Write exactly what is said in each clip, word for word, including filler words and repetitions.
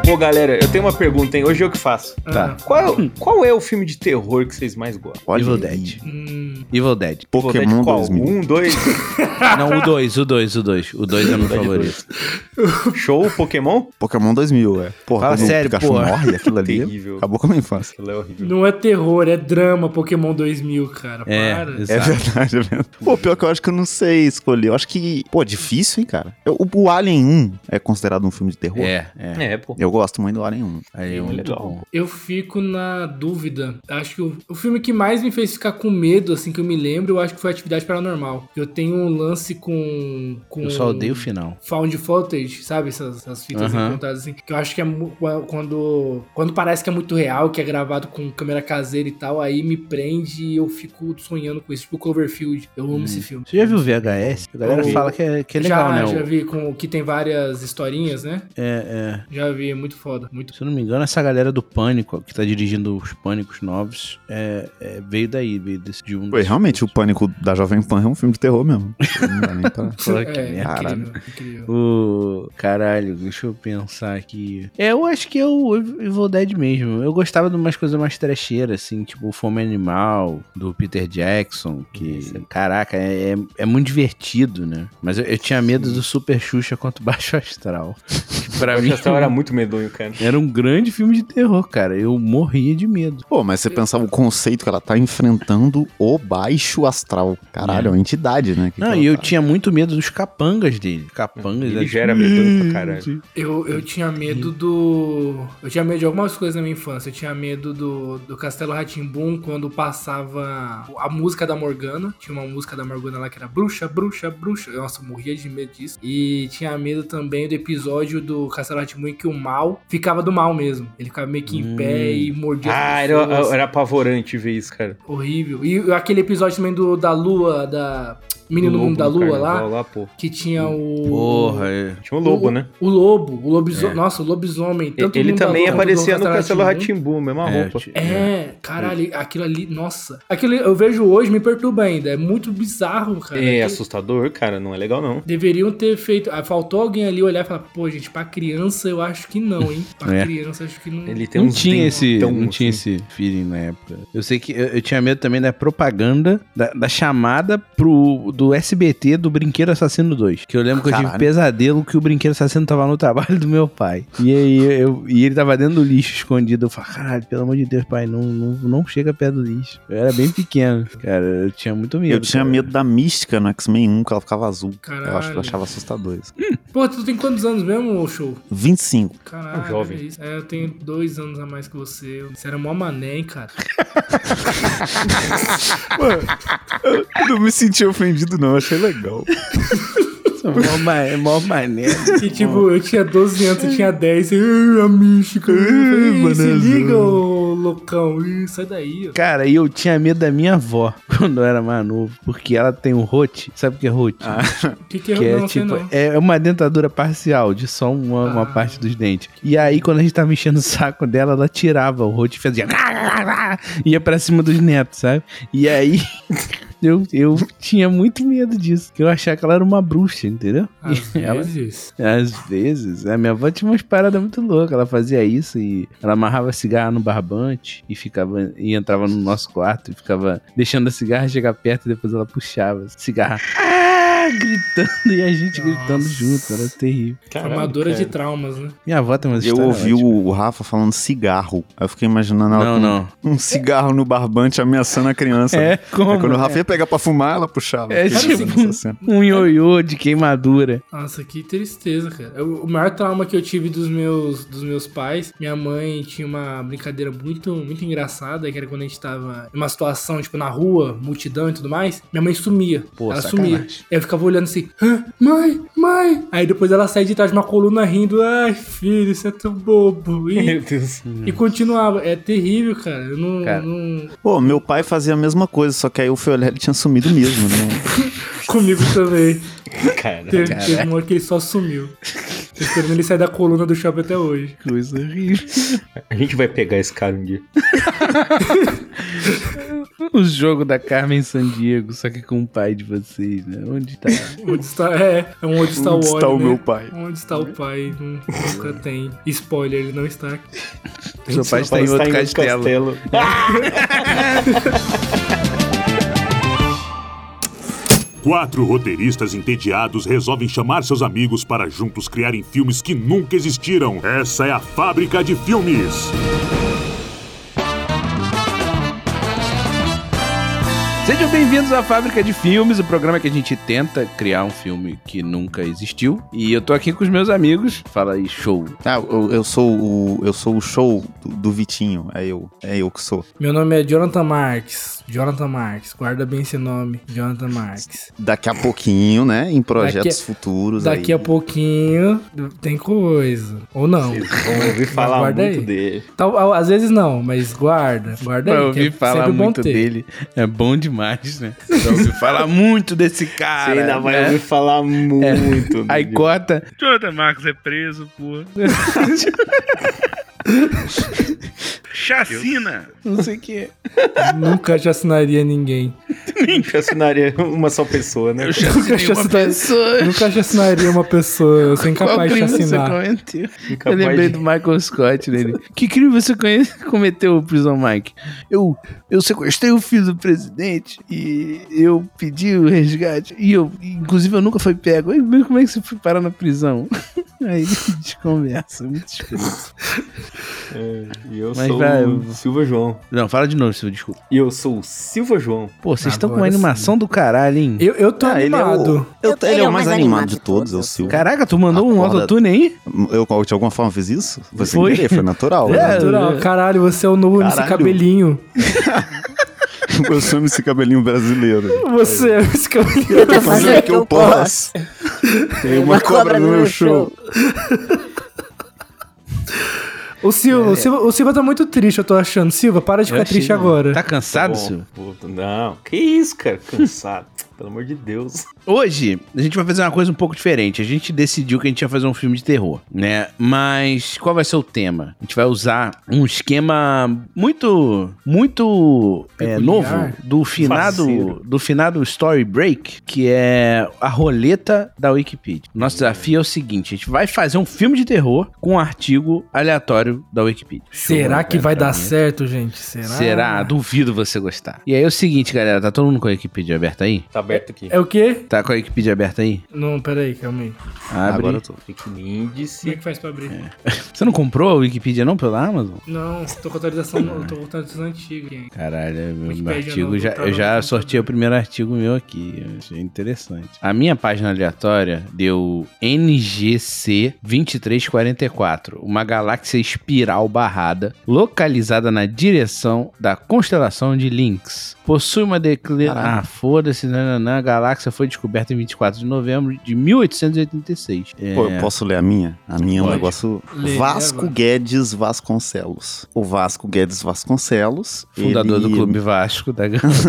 Pô, galera, eu tenho uma pergunta, hein? Hoje eu que faço. Tá. Qual, qual é o filme de terror que vocês mais gostam? Evil Dead. Hum, Evil Dead. Evil Pokémon Dead qual? dois mil. Um, dois? Não, o dois, o dois, o dois. O dois é meu favorito. Show Pokémon? Pokémon dois mil, é. Porra, Fala quando sério, o Pikachu porra. morre, aquilo ali Terrível. acabou com a minha infância. Aquilo é horrível. não é terror, é drama Pokémon dois mil, cara. É, Para. É exato. verdade, é verdade. Pô, pior que eu acho que eu não sei escolher. Eu acho que, pô, difícil, hein, cara. Eu- o, o Alien um é considerado um filme de terror? É, é. É, pô. Eu gosto muito do Alien um. Aí é Ele é muito legal. bom. Eu fico na dúvida. Acho que o, o filme que mais me fez ficar com medo, assim, que eu me lembro, eu acho que foi Atividade Paranormal. Eu tenho um lance com... com Eu só odeio o final. Found footage, sabe? Essas, essas fitas Aham. encontradas assim. Que eu acho que é mu- quando, quando parece que é muito real, que é gravado com câmera caseira e tal, aí me prende e eu fico sonhando com isso. Tipo Cloverfield. Eu amo esse filme. Você já viu o V H S? A galera Eu- fala que é, que é legal, já, né? já O- vi com que tem várias historinhas, né? É, é. Já vi, é muito foda. Muito Se eu não me engano, essa galera do Pânico, que tá dirigindo os Pânicos novos, é, é, veio daí, veio desse de um. Pô, e realmente, o Pânico da Jovem Pan é um filme de terror mesmo. Não dá nem pra... Pô, que é, merda. incrível, incrível. O caralho, deixa eu pensar aqui. É, eu acho que é o Evil Dead mesmo. Eu gostava de umas coisas mais trecheiras, assim, tipo o Fome Animal, do Peter Jackson, que, caraca, é, é, é muito divertido, né? Mas eu, eu tinha medo do Super Xuxa contra o Baixo Astral. Que pra O mim Astral era muito medonho, cara. era um grande filme de terror, cara. Eu morria de medo. Pô, mas você pensava o conceito que ela tá enfrentando o Baixo Astral. Caralho, é uma entidade, né? que Não, que e ela eu tá- tinha muito medo dos capangas dele. Capangas. Ele era já era tipo, medonho pra caralho. Eu, eu tinha medo do. Eu tinha medo de algumas coisas na minha infância. Eu tinha medo do, do Castelo Rá-Tim-Bum quando passava a música da Morgana. Tinha uma música da Morgana lá que era bruxa, bruxa, bruxa. Nossa, eu morria de medo disso. E tinha medo também do episódio do Castelo Rá-Tim-Bum em que o mal ficava do mal mesmo. Ele ficava meio que em pé e mordia as Ah, pessoas. era, era apavorante ver isso, cara. Horrível. E aquele episódio também do, da lua, da Menino Do Mundo da lobo do Lua carnaval lá, pô. que tinha o... Porra, é. Tinha o lobo, o, né? O lobo, o lobisomem. Nossa, o lobisomem. Tanto Ele Mundo da também Lua quanto aparecia do no Castelo Rá-Tim-Bum. Rá-Tim-Bum, mesma É, roupa. ti- É, caralho, aquilo ali, nossa. Aquilo eu vejo hoje, me perturba ainda. É muito bizarro, cara. É Aquilo- assustador, cara, não é legal não. Deveriam ter feito. ah, Faltou alguém ali olhar e falar, pô, gente, pra criança eu acho que não, hein? Pra É. criança acho que não. Ele tem Não uns tinha esse, dentão, não tinha assim. esse feeling na época. Eu sei que eu, eu tinha medo também da propaganda, da, da chamada pro, do S B T do Brinquedo Assassino dois. Que eu lembro que eu tive Caralho. pesadelo que o Brinquedo Assassino tava no trabalho do meu pai. E aí eu, e ele tava dentro do lixo escondido. Eu falei, caralho, pelo amor de Deus, pai, não, não, não chega perto do lixo. Eu era bem pequeno, cara. Eu tinha muito medo. Eu tinha cara. medo da Mística no X-Men um, que ela ficava azul. Caralho. Eu acho que eu achava assustador isso. Pô, tu tem quantos anos mesmo, show? vinte e cinco. Caralho, Um jovem. é isso. É, eu tenho dois anos a mais que você. Você era mó mané, hein, cara. Eu não me senti ofendido, não. Achei legal. Mó, ma- mó maneiro. E tipo, eu tinha doze anos, você tinha dez. E, "Ai, a mística. Eu falei, "Ei, se manezão." liga, ô loucão. Ih, sai daí, ó. Cara, e eu tinha medo da minha avó quando eu era mais novo. Porque ela tem um rote. Sabe o que é rote? O que, que é? Que é Não, sei tipo, não. é uma dentadura parcial, de só uma, uma Ah. parte dos dentes. E aí, quando a gente tava enchendo o saco dela, ela tirava o rosto e fazia. Ia pra cima dos netos, sabe? E aí. Eu, eu tinha muito medo disso, que eu achava que ela era uma bruxa, entendeu? Às E ela- vezes. às vezes, a minha avó tinha umas paradas muito loucas. Ela fazia isso e ela amarrava cigarro no barbante e ficava e entrava no nosso quarto e ficava deixando a cigarra chegar perto e depois ela puxava cigarra. Ah, gritando e a gente Nossa. gritando junto, era terrível. Caralho, Formadora cara. de traumas, né? Minha avó tem umas Eu histórias ouvi ótimas. o, o Rafa falando cigarro. Aí eu fiquei imaginando ela Não, com não. um cigarro no barbante ameaçando a criança. É, como? Aí quando o Rafa ia pegar pra fumar, ela puxava. É Eu fiquei tipo imaginando essa cena. um ioiô de queimadura. Nossa, que tristeza, cara. Eu- o maior trauma que eu tive dos meus, dos meus pais, minha mãe tinha uma brincadeira muito, muito engraçada, que era quando a gente tava em uma situação, tipo, na rua, multidão e tudo mais, minha mãe sumia. Pô, ela sacanagem. sumia. Eu ficava olhando assim, "Hã? Mãe, mãe. Aí depois ela saía de trás de uma coluna rindo, ai, filho, isso é tão bobo. E, Meu Deus. e continuava. É terrível, cara. Eu não... Cara. não... Pô, meu pai fazia a mesma coisa, só que aí eu fui olhar, ele tinha sumido mesmo, né? Comigo também. Cara, Teve, teve uma hora que ele só sumiu. Tô esperando ele sair da coluna do shopping até hoje. Coisa horrível. a gente vai pegar esse cara um dia. O jogo da Carmen Sandiego, só que com o pai de vocês, né? Onde tá? Onde está, é, é onde está Onde o Wally, está o né? meu pai? Onde está o pai? Nunca tem. Spoiler, ele não está aqui. Seu pai está em outro castelo. Quatro roteiristas entediados resolvem chamar seus amigos para juntos criarem filmes que nunca existiram. Essa é a Fábrica de Filmes. Sejam bem-vindos à Fábrica de Filmes, o programa que a gente tenta criar um filme que nunca existiu. E eu tô aqui com os meus amigos. Fala aí, show. Ah, eu, eu sou o eu sou o show do, do Vitinho. É eu, é eu que sou. Meu nome é Jonathan Marques. Jonathan Marques, guarda bem esse nome, Jonathan Marques. Daqui a pouquinho, né? Em projetos Daqui a- futuros. Daqui aí. a pouquinho tem coisa. Ou não. Vocês vão ouvir falar Guarda muito aí. dele. Tal, às vezes não, mas guarda. Guarda Pra aí. ouvir que é falar sempre bom muito ter. dele é bom demais, né? Pra ouvir falar muito desse cara. Você ainda vai né? ouvir falar muito. Aí dele. corta. Jonathan Marcos é preso, pô. Chacina! Não sei o que. Nunca assinaria ninguém. Nunca assinaria uma só pessoa, né? Eu chacinei uma pessoa. Nunca assinaria uma pessoa. Eu sou Qual incapaz de crime você assinar. cometeu? Incapaz Eu lembrei de- do Michael Scott nele. Que crime você conhe- cometeu, Prison Mike? Eu, eu sequestrei o filho do presidente e eu pedi o resgate. E eu, inclusive, eu nunca fui pego. Aí, mas como é que você foi parar na prisão? Aí a gente conversa, muito escroto. É, e eu Mas sou vai- o Silva João. Não, fala de novo, Silvio, desculpa. E eu sou o Silva João. Pô, vocês estão com uma Agora animação do caralho, hein? Eu, eu tô Ah, ele é animado. o, eu, ele é o mais animado de todos, é o Silvio. Caraca, tu mandou um Acorda. autotune aí? Eu de alguma forma fiz isso? Foi sem Foi. querer, foi natural. É. né? Natural. Caralho, você é o novo M C Caralho. Cabelinho. Eu sou esse cabelinho brasileiro. Você é o M C Cabelinho. Eu tô Fazer o que eu posso. Tem uma cobra no meu show. O Silva, o Silva, o Silva tá muito triste, eu tô achando. Silva, para de Eu ficar achei, triste né? agora. Tá cansado, Bom, Silvio? puta, não, que isso, cara? Cansado. Pelo amor de Deus. Hoje, a gente vai fazer uma coisa um pouco diferente. A gente decidiu que a gente ia fazer um filme de terror, né? Mas qual vai ser o tema? A gente vai usar um esquema muito, muito é, Peculiar. novo do finado, Faceiro. do finado Story Break, que é a roleta da Wikipedia. Nosso desafio é o seguinte, a gente vai fazer um filme de terror com um artigo aleatório da Wikipedia. Será Show, que né, vai pra dar mim. certo, gente? Será? Será? Duvido você gostar. E aí é o seguinte, galera, tá todo mundo com a Wikipedia aberta aí? Tá aberto aqui. É o quê? Tá com a Wikipedia aberta aí? Não, peraí, calma aí. Abre. Agora eu tô. Fique no Como é índice. que faz pra abrir? Você não comprou a Wikipedia não pela Amazon? Não, tô com atualização, tô com atualização antiga aqui. Caralho, é meu Wikipedia artigo não, já, tá eu no já computador. sorteei o primeiro artigo meu aqui. Eu achei interessante. A minha página aleatória deu N G C vinte e três quarenta e quatro, uma galáxia espiral barrada localizada na direção da constelação de Lynx. Possui uma declinação. Caralho. Ah, foda-se, nananã. A galáxia foi descoberta em vinte e quatro de novembro de mil oitocentos e oitenta e seis. É, Pô, eu posso ler a minha? A minha é um Pode. negócio... Lê, Vasco leva. Guedes Vasconcelos. O Vasco Guedes Vasconcelos... fundador ele do Clube Vasco da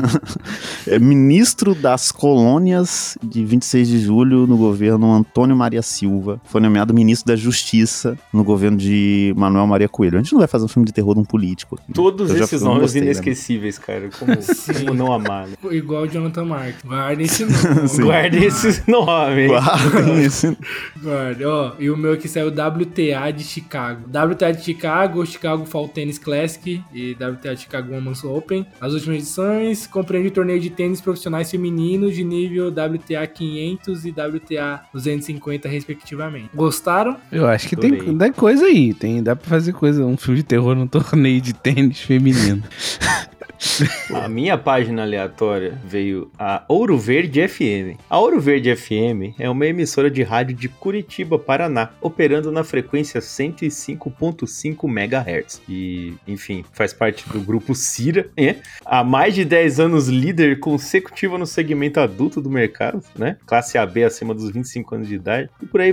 É ministro das colônias de vinte e seis de julho no governo Antônio Maria Silva. Foi nomeado ministro da Justiça no governo de Manuel Maria Coelho. A gente não vai fazer um filme de terror de um político aqui. Todos Eu já- esses eu não nomes gostei, né? inesquecíveis, cara. Como, como não amar, né? Igual o Jonathan Marques. Guarda esse nome. Sim. Guarde esses nomes. Guardem esse... Guarda, ó. E o meu aqui saiu W T A de Chicago. W T A de Chicago, Chicago Fall Tennis Classic e W T A de Chicago Women's Open. As últimas edições compreendem o torneio de tênis profissionais femininos de nível W T A quinhentos e W T A duzentos e cinquenta, respectivamente. Gostaram? Eu acho que tem, Adorei. tem coisa aí. Tem, dá pra fazer coisa, um filme de terror num torneio de tênis feminino. A minha página aleatória veio a Ouro Verde F M. A Ouro Verde F M é uma emissora de rádio de Curitiba, Paraná, operando na frequência cento e cinco ponto cinco megahertz. E, enfim, faz parte do grupo Cira, né? Há mais de dez anos líder consecutiva no segmento adulto do mercado, né? Classe A B acima dos vinte e cinco anos de idade, e por aí vai.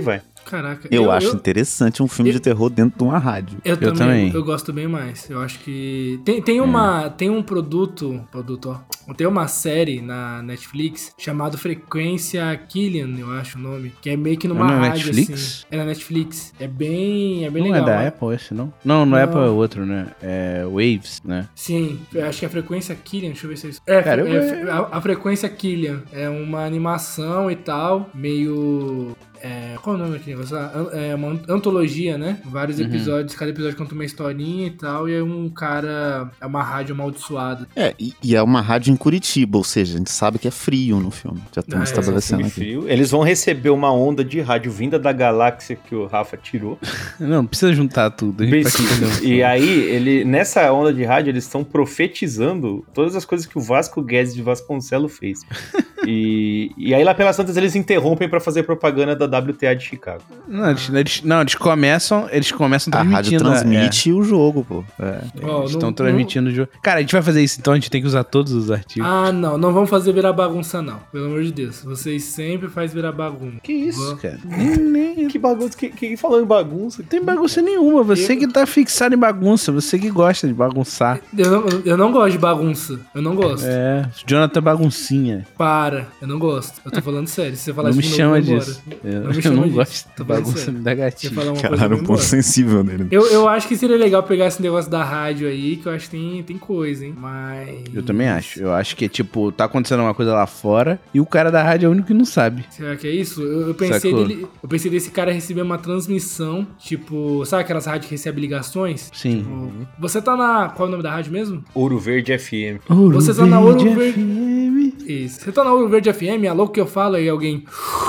Caraca. Eu, eu acho eu, interessante um filme eu, de terror dentro de uma rádio. Eu, eu também. Eu, eu gosto bem mais. Eu acho que... Tem, tem, uma, é. tem um produto... Produto, ó. Tem uma série na Netflix chamado Frequência Killian, eu acho o nome. Que é meio que numa não é rádio, Netflix? assim. É na Netflix. É bem, é bem não legal. Não é da né? Apple esse, não? Não, não é Apple, é outro, né? É Waves, né? Sim. Eu acho que é a Frequência Killian. Deixa eu ver se é isso. É, Cara, é, é a, a Frequência Killian. É uma animação e tal. Meio... É, qual é o nome daquele negócio? É uma antologia, né? Vários uhum. episódios, cada episódio conta uma historinha e tal, e aí um cara... É uma rádio amaldiçoada. É, e, e é uma rádio em Curitiba, ou seja, a gente sabe que é frio no filme. Já estamos ah, estabelecendo é, aqui. Frio. Eles vão receber uma onda de rádio vinda da galáxia que o Rafa tirou. Não, não precisa juntar tudo. Precisa. E aí, ele, nessa onda de rádio, eles estão profetizando todas as coisas que o Vasco Guedes de Vasconcelos fez. E, e aí, lá pelas tantas, eles interrompem pra fazer propaganda da W T A de Chicago. Não, eles, eles, não, eles começam eles começam transmitindo. A rádio transmite é. o jogo, pô. É, oh, eles estão transmitindo o jogo. Cara, a gente vai fazer isso, então a gente tem que usar todos os artigos. Ah, não, não vamos fazer virar bagunça, não. Pelo amor de Deus. Vocês sempre fazem virar bagunça. Que isso, Vou... cara? Nem, nem... Que bagunça? Que, que falando em bagunça? Não tem bagunça nenhuma. Você eu... que tá fixado em bagunça, você que gosta de bagunçar. Eu não, eu não gosto de bagunça. Eu não gosto. É, Jonathan baguncinha. Para, eu não gosto. Eu tô falando sério. Se você falar não isso me de chama novo, disso. Eu não, me eu chama não disso. gosto de bagunça, me dá gatilho. Caralho, um ponto sensível nele. Eu, eu acho que seria legal pegar esse negócio da rádio aí, que eu acho que tem, tem coisa, hein? Mas... Eu também acho. Eu acho que, tipo, tá acontecendo uma coisa lá fora e o cara da rádio é o único que não sabe. Será que é isso? Eu, eu pensei dele, eu pensei desse cara receber uma transmissão, tipo... Sabe aquelas rádios que recebem ligações? Sim. Tipo, você tá na... Qual é o nome da rádio mesmo? Ouro Verde F M. Ouro você tá Verde na Ouro Verde... F M. Isso. Você tá na Ouro Verde F M, alô que eu falo aí alguém...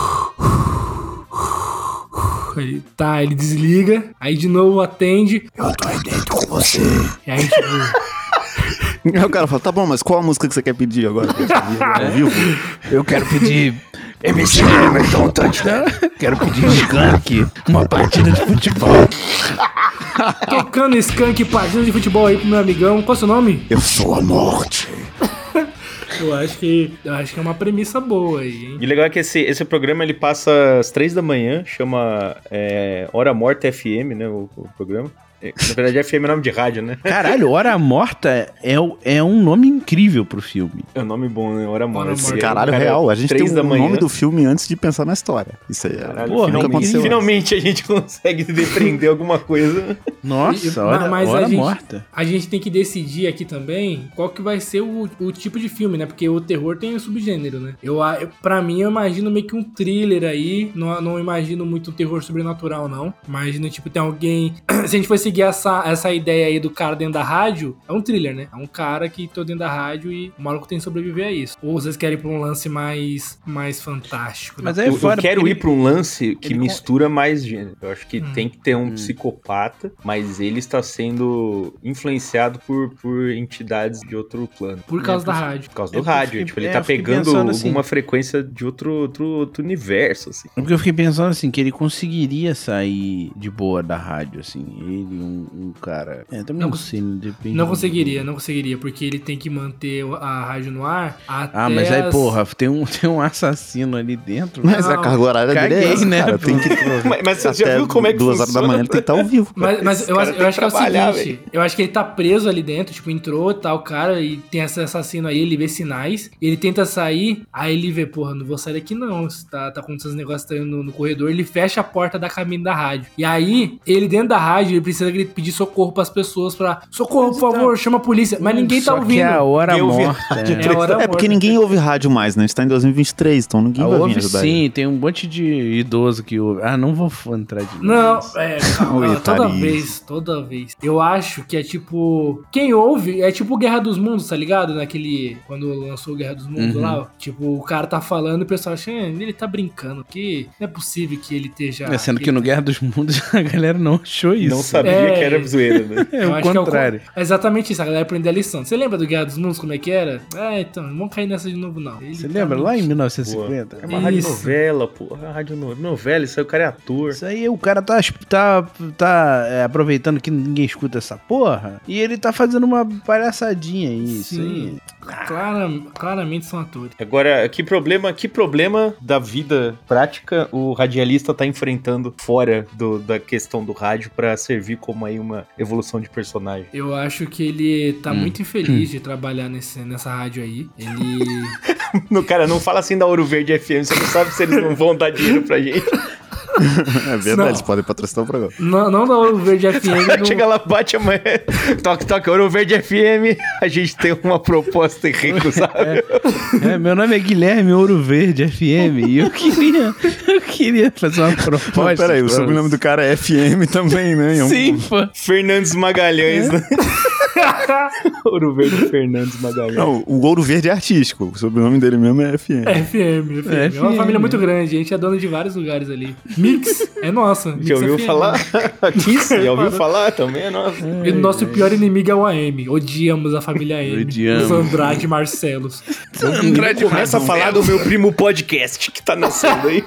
Ele, tá, ele desliga, aí de novo atende. Eu tô aí dentro com você. E aí, tipo... Aí o cara fala, tá bom, mas qual a música que você quer pedir agora? Ao vivo? Eu quero pedir M C Hamilton Touchdown. Quero pedir Skank, uma partida de futebol. Tocando Skank, partida de futebol aí pro meu amigão. Qual é o seu nome? Eu sou a morte. Eu acho que eu acho que é uma premissa boa aí, hein? E legal é que esse, esse programa ele passa às três da manhã, chama é, Hora Morta F M, né, o, o programa. Na verdade, F M é nome de rádio, né? Caralho, Hora Morta é, é um nome incrível pro filme. É um nome bom, né? Hora Morta. Hora Morta. Caralho, cara, real. A gente tem o manhã. nome do filme antes de pensar na história. Isso aí. Caralho, Porra, finalmente, finalmente a gente consegue depreender alguma coisa. Nossa, e, Hora, mas hora a gente, Morta. A gente tem que decidir aqui também qual que vai ser o, o tipo de filme, né? Porque o terror tem um subgênero, né? Eu, eu, pra mim, eu imagino meio que um thriller aí. Não, não imagino muito um terror sobrenatural, não. Imagino, tipo, tem alguém... Se a gente for seguir essa, essa ideia aí do cara dentro da rádio, é um thriller, né? É um cara que tá dentro da rádio e o maluco tem que sobreviver a isso. Ou vocês querem ir pra um lance mais, mais fantástico, né? Mas aí eu, eu quero ir pra um lance que mistura con... mais gênero. Eu acho que hum. tem que ter um hum. psicopata, mas ele está sendo influenciado por, por entidades de outro plano. Por causa é, da por, rádio. Por causa do é, rádio. Fiquei, tipo, ele é, tá pegando alguma assim, frequência de outro, outro, outro universo, assim. Porque eu fiquei pensando assim, que ele conseguiria sair de boa da rádio, assim. Ele, um, um cara... É, também não, não sei, depende. Não conseguiria, do... não conseguiria, porque ele tem que manter a rádio no ar até Ah, mas as... aí, porra, tem um, tem um assassino ali dentro. Mas não, a carga horária dele é essa, né, cara. Tem que... mas, mas você já viu como é que duas funciona? horas da manhã ele tem que estar ao vivo. Mas, mas eu, acho, eu acho que é o seguinte, véio. eu acho que ele tá preso ali dentro, tipo, entrou e tal, cara, e tem esse assassino aí, ele vê sinais, ele tenta sair, aí ele vê, porra, não vou sair daqui não, tá, tá acontecendo esses negócios tá no, no corredor, ele fecha a porta da cabine da rádio. E aí, ele dentro da rádio, ele precisa pedir socorro pras pessoas, pra, socorro, por favor, chama a polícia, mas ninguém tá Só ouvindo. Que é a hora morta. É, a hora é porque ninguém ouve rádio mais, né? A gente tá em dois mil e vinte e três, então ninguém vai vir ajudar. Sim, tem um monte de idoso que ouve. Ah, não vou entrar de Não, é, calma, toda vez, toda vez. Eu acho que é tipo, quem ouve é tipo Guerra dos Mundos, tá ligado? Naquele, quando lançou Guerra dos Mundos uhum. lá, tipo, o cara tá falando e o pessoal acha, ele tá brincando, que não é possível que ele esteja... É, sendo que, que no Guerra dos Mundos a galera não achou isso. Não sabia é, que era zoeira, né? É o contrário. É, o, é exatamente isso, a galera aprendeu a lição. Você lembra do Guerra dos Mundos, como é que era? É, então, não vamos cair nessa de novo, não. Ele Você tá lembra? muito... Lá em mil novecentos e cinquenta? Pô, é uma rádio novela, pô. É uma rádio novela, isso aí o cara é ator. Isso aí o cara tá, tá, tá é, aproveitando que ninguém escuta essa porra e ele tá fazendo uma palhaçadinha aí, isso aí. Clara, claramente são atores. Agora, que problema, que problema da vida prática o radialista tá enfrentando fora do, da questão do rádio pra servir como aí uma evolução de personagem? Eu acho que ele tá Hum. muito infeliz de trabalhar nesse, nessa rádio aí. Ele... No, cara, não fala assim da Ouro Verde F M, você não sabe se eles não vão dar dinheiro pra gente. É verdade, Não. eles podem patrocinar o programa. Não, não da Ouro Verde F M. não... Chega lá, bate amanhã, toque, toque, Ouro Verde F M, a gente tem uma proposta irrecusável. É, meu nome é Guilherme Ouro Verde F M e eu queria, eu queria fazer uma proposta. Pô, peraí, o pra sobrenome do cara é F M também, né? É um- Sim, pô. Fernandes Magalhães, né? Ouro Verde Fernandes Magalhães. Não, o Ouro Verde é artístico, o sobrenome dele mesmo é F M. F M, F M. É, F uma M, família muito né? grande, a gente é dono de vários lugares ali. Mix é nossa. Mix Já ouviu F M. falar? Kiss, já ouviu falar também? É nossa. E o nosso pior inimigo é o A M. Odiamos a família A M. Odiamos. Os Andrade e Marcelos. Andrade Começa a falar do meu primo podcast que tá nascendo aí.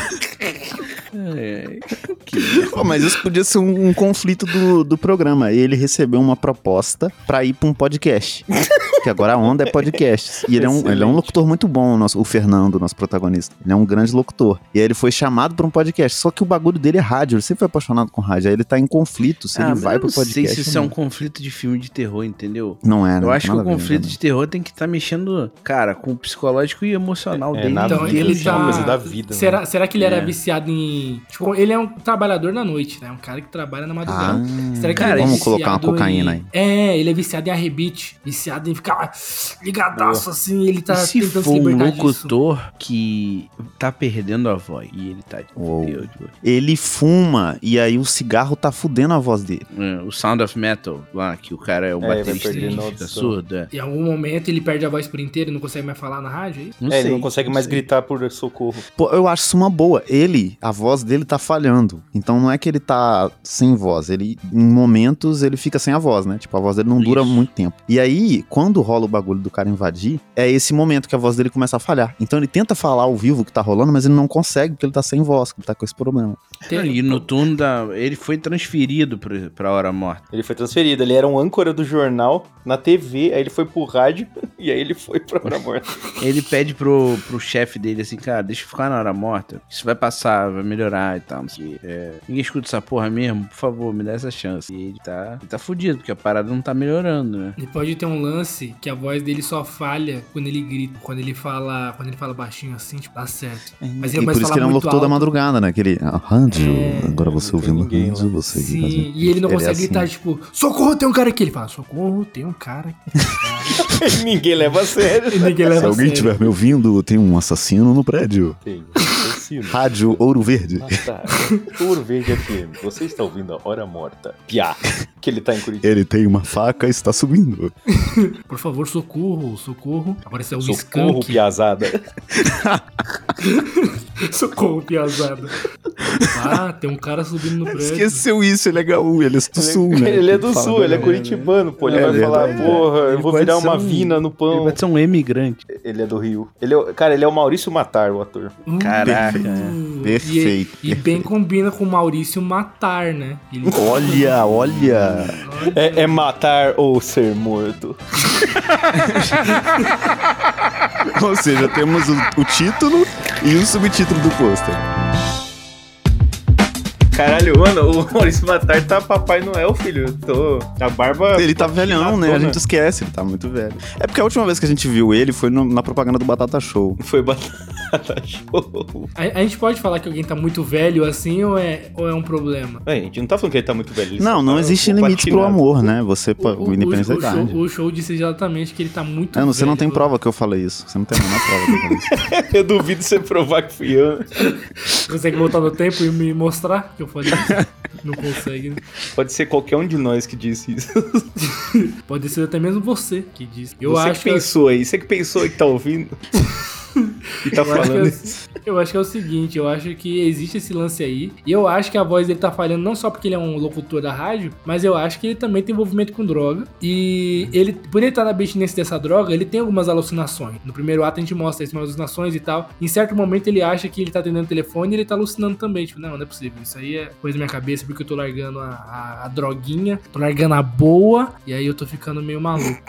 É, Pô, mas isso podia ser um, um conflito do, do programa. Ele recebeu uma proposta pra ir pra um podcast. Que agora a onda é podcast. E ele é, um, ele é um locutor muito bom, o, nosso, o Fernando, nosso protagonista. Ele é um grande locutor. E aí ele foi chamado pra um podcast. Só que o bagulho dele é rádio. Ele sempre foi apaixonado com rádio. Aí ele tá em conflito se Ah, ele mas vai eu pro não sei podcast. se ou isso é um não. conflito de filme de terror, entendeu? Não é, né? Eu acho que Nada o a ver, conflito né? de terror tem que estar mexendo, cara, com o psicológico e emocional É, dele. nada Então, a ver, ele isso é uma tá... coisa da vida, será, né? será que ele era É. viciado em... Tipo, ele é um trabalhador na noite, né? Um cara que trabalha na madrugada. Ah, será que cara, ele é vamos colocar uma viciado cocaína em... aí. É, ele é viciado em arrebite. Viciado em ficar ligadaço assim. Ele tá E se tentando for se um libertar disso. locutor que tá perdendo a voz e ele tá... Uou. Deus, Deus. Ele fuma e aí o cigarro tá fudendo a voz dele. É, o Sound of Metal, lá, que o cara é o É, vai baterista perdendo que a fica audição. surdo. É. Em algum momento ele perde a voz por inteiro e não consegue mais falar na rádio, é isso? Não É, ele sei, não consegue mais sei. gritar por socorro. Pô, eu acho isso uma boa. Ele, a voz dele tá falhando. Então não é que ele tá sem voz. Ele, em momentos, ele fica sem a voz, né? Tipo, a voz dele não dura Isso. muito tempo. E aí, quando rola o bagulho do cara invadir, é esse momento que a voz dele começa a falhar. Então ele tenta falar ao vivo o que tá rolando, mas ele não consegue porque ele tá sem voz, porque ele tá com esse problema. Tem- E no turno da... Ele foi transferido pra, pra Hora Morta. Ele foi transferido, ele era um âncora do jornal na T V, aí ele foi pro rádio e aí ele foi pra Hora Morta. Ele pede pro, pro chefe dele assim, cara, deixa eu ficar na Hora Morta. Isso vai passar, vai melhorar e tal. Não sei. o quê. É, ninguém escuta essa porra mesmo? Por favor, me dá essa chance. E ele tá, ele tá fudido, porque a parada não tá melhorando, né? Ele pode ter um lance que a voz dele só falha quando ele grita, quando ele fala, quando ele fala baixinho assim, tipo, dá certo. Mas e ele por começa a isso falar que ele é um muito locutor da alto. madrugada, né? Aquele ah, rádio, É, agora você não tem ouvindo ninguém rádio, lá. você... Sim, e ele não Ele é consegue assim. gritar, tipo, socorro, tem um cara aqui. Ele fala, socorro, tem um cara aqui. Ninguém leva a sério. E ninguém leva Se a alguém sério. estiver me ouvindo, tem um assassino no prédio. Tem, assassino. Rádio Ouro Verde. Ah, tá. Ouro Verde F M. Você está ouvindo a Hora Morta. Piá. Que ele tá em Curitiba. Ele tem uma faca e está subindo. Por favor, socorro, socorro. Apareceu o Socorro, skunk. piazada. Socorro, piazada. Ah, tem um cara subindo no prédio. Esqueceu isso, ele é gaúcho, ele é do sul, né? Ele é do Fala, sul, ele é né? curitibano, pô. Ele É vai falar, verdade. porra, eu Ele vou pode virar ser uma um- vina no Ele pão. pode ser um emigrante. Ele é do Rio. Ele é, cara, ele é o Maurício Matar, o ator. Hum, Caraca. hum, Perfeito, E, e bem combina com o Maurício Matar, né? Ele- Olha, olha. É, é matar ou ser morto. Ou seja, temos o, o título e o subtítulo do pôster. Caralho, mano, o Maurício Matar tá Papai Noel, filho. Eu tô... A barba... Ele tá velhão, né? A Matona. gente esquece, ele tá muito velho. É porque a última vez que a gente viu ele foi no- na propaganda do Batata Show. Foi batata show. A, a gente pode falar que alguém tá muito velho assim ou é, ou é um problema? É, a gente não tá falando que ele tá muito velho. ele Não, só não tá existe um limites pro patinado. amor, né? Você, pô, o, independente da o, show, idade. o show disse exatamente que ele tá muito É, não, você não tem velho. prova que eu falei isso. Você não tem a menor prova que eu falei isso. Eu duvido você provar que fui eu. Você consegue voltar no tempo e me mostrar que eu falei isso? Não consegue, né? Pode ser qualquer um de nós que disse isso. Pode ser até mesmo você que disse. Eu você acho que pensou aí, você que pensou e que tá ouvindo. E tá Eu acho, falando que isso. é, eu acho que é o seguinte, eu acho que existe esse lance aí, e eu acho que a voz dele tá falhando não só porque ele é um locutor da rádio, mas eu acho que ele também tem envolvimento com droga, e ele, por ele estar na abstinência dessa droga, ele tem algumas alucinações. No primeiro ato a gente mostra essas alucinações e tal, em certo momento ele acha que ele tá atendendo o telefone e ele tá alucinando também, tipo, não, não é possível, isso aí é coisa da minha cabeça porque eu tô largando a, a, a droguinha, tô largando a boa, e aí eu tô ficando meio maluco.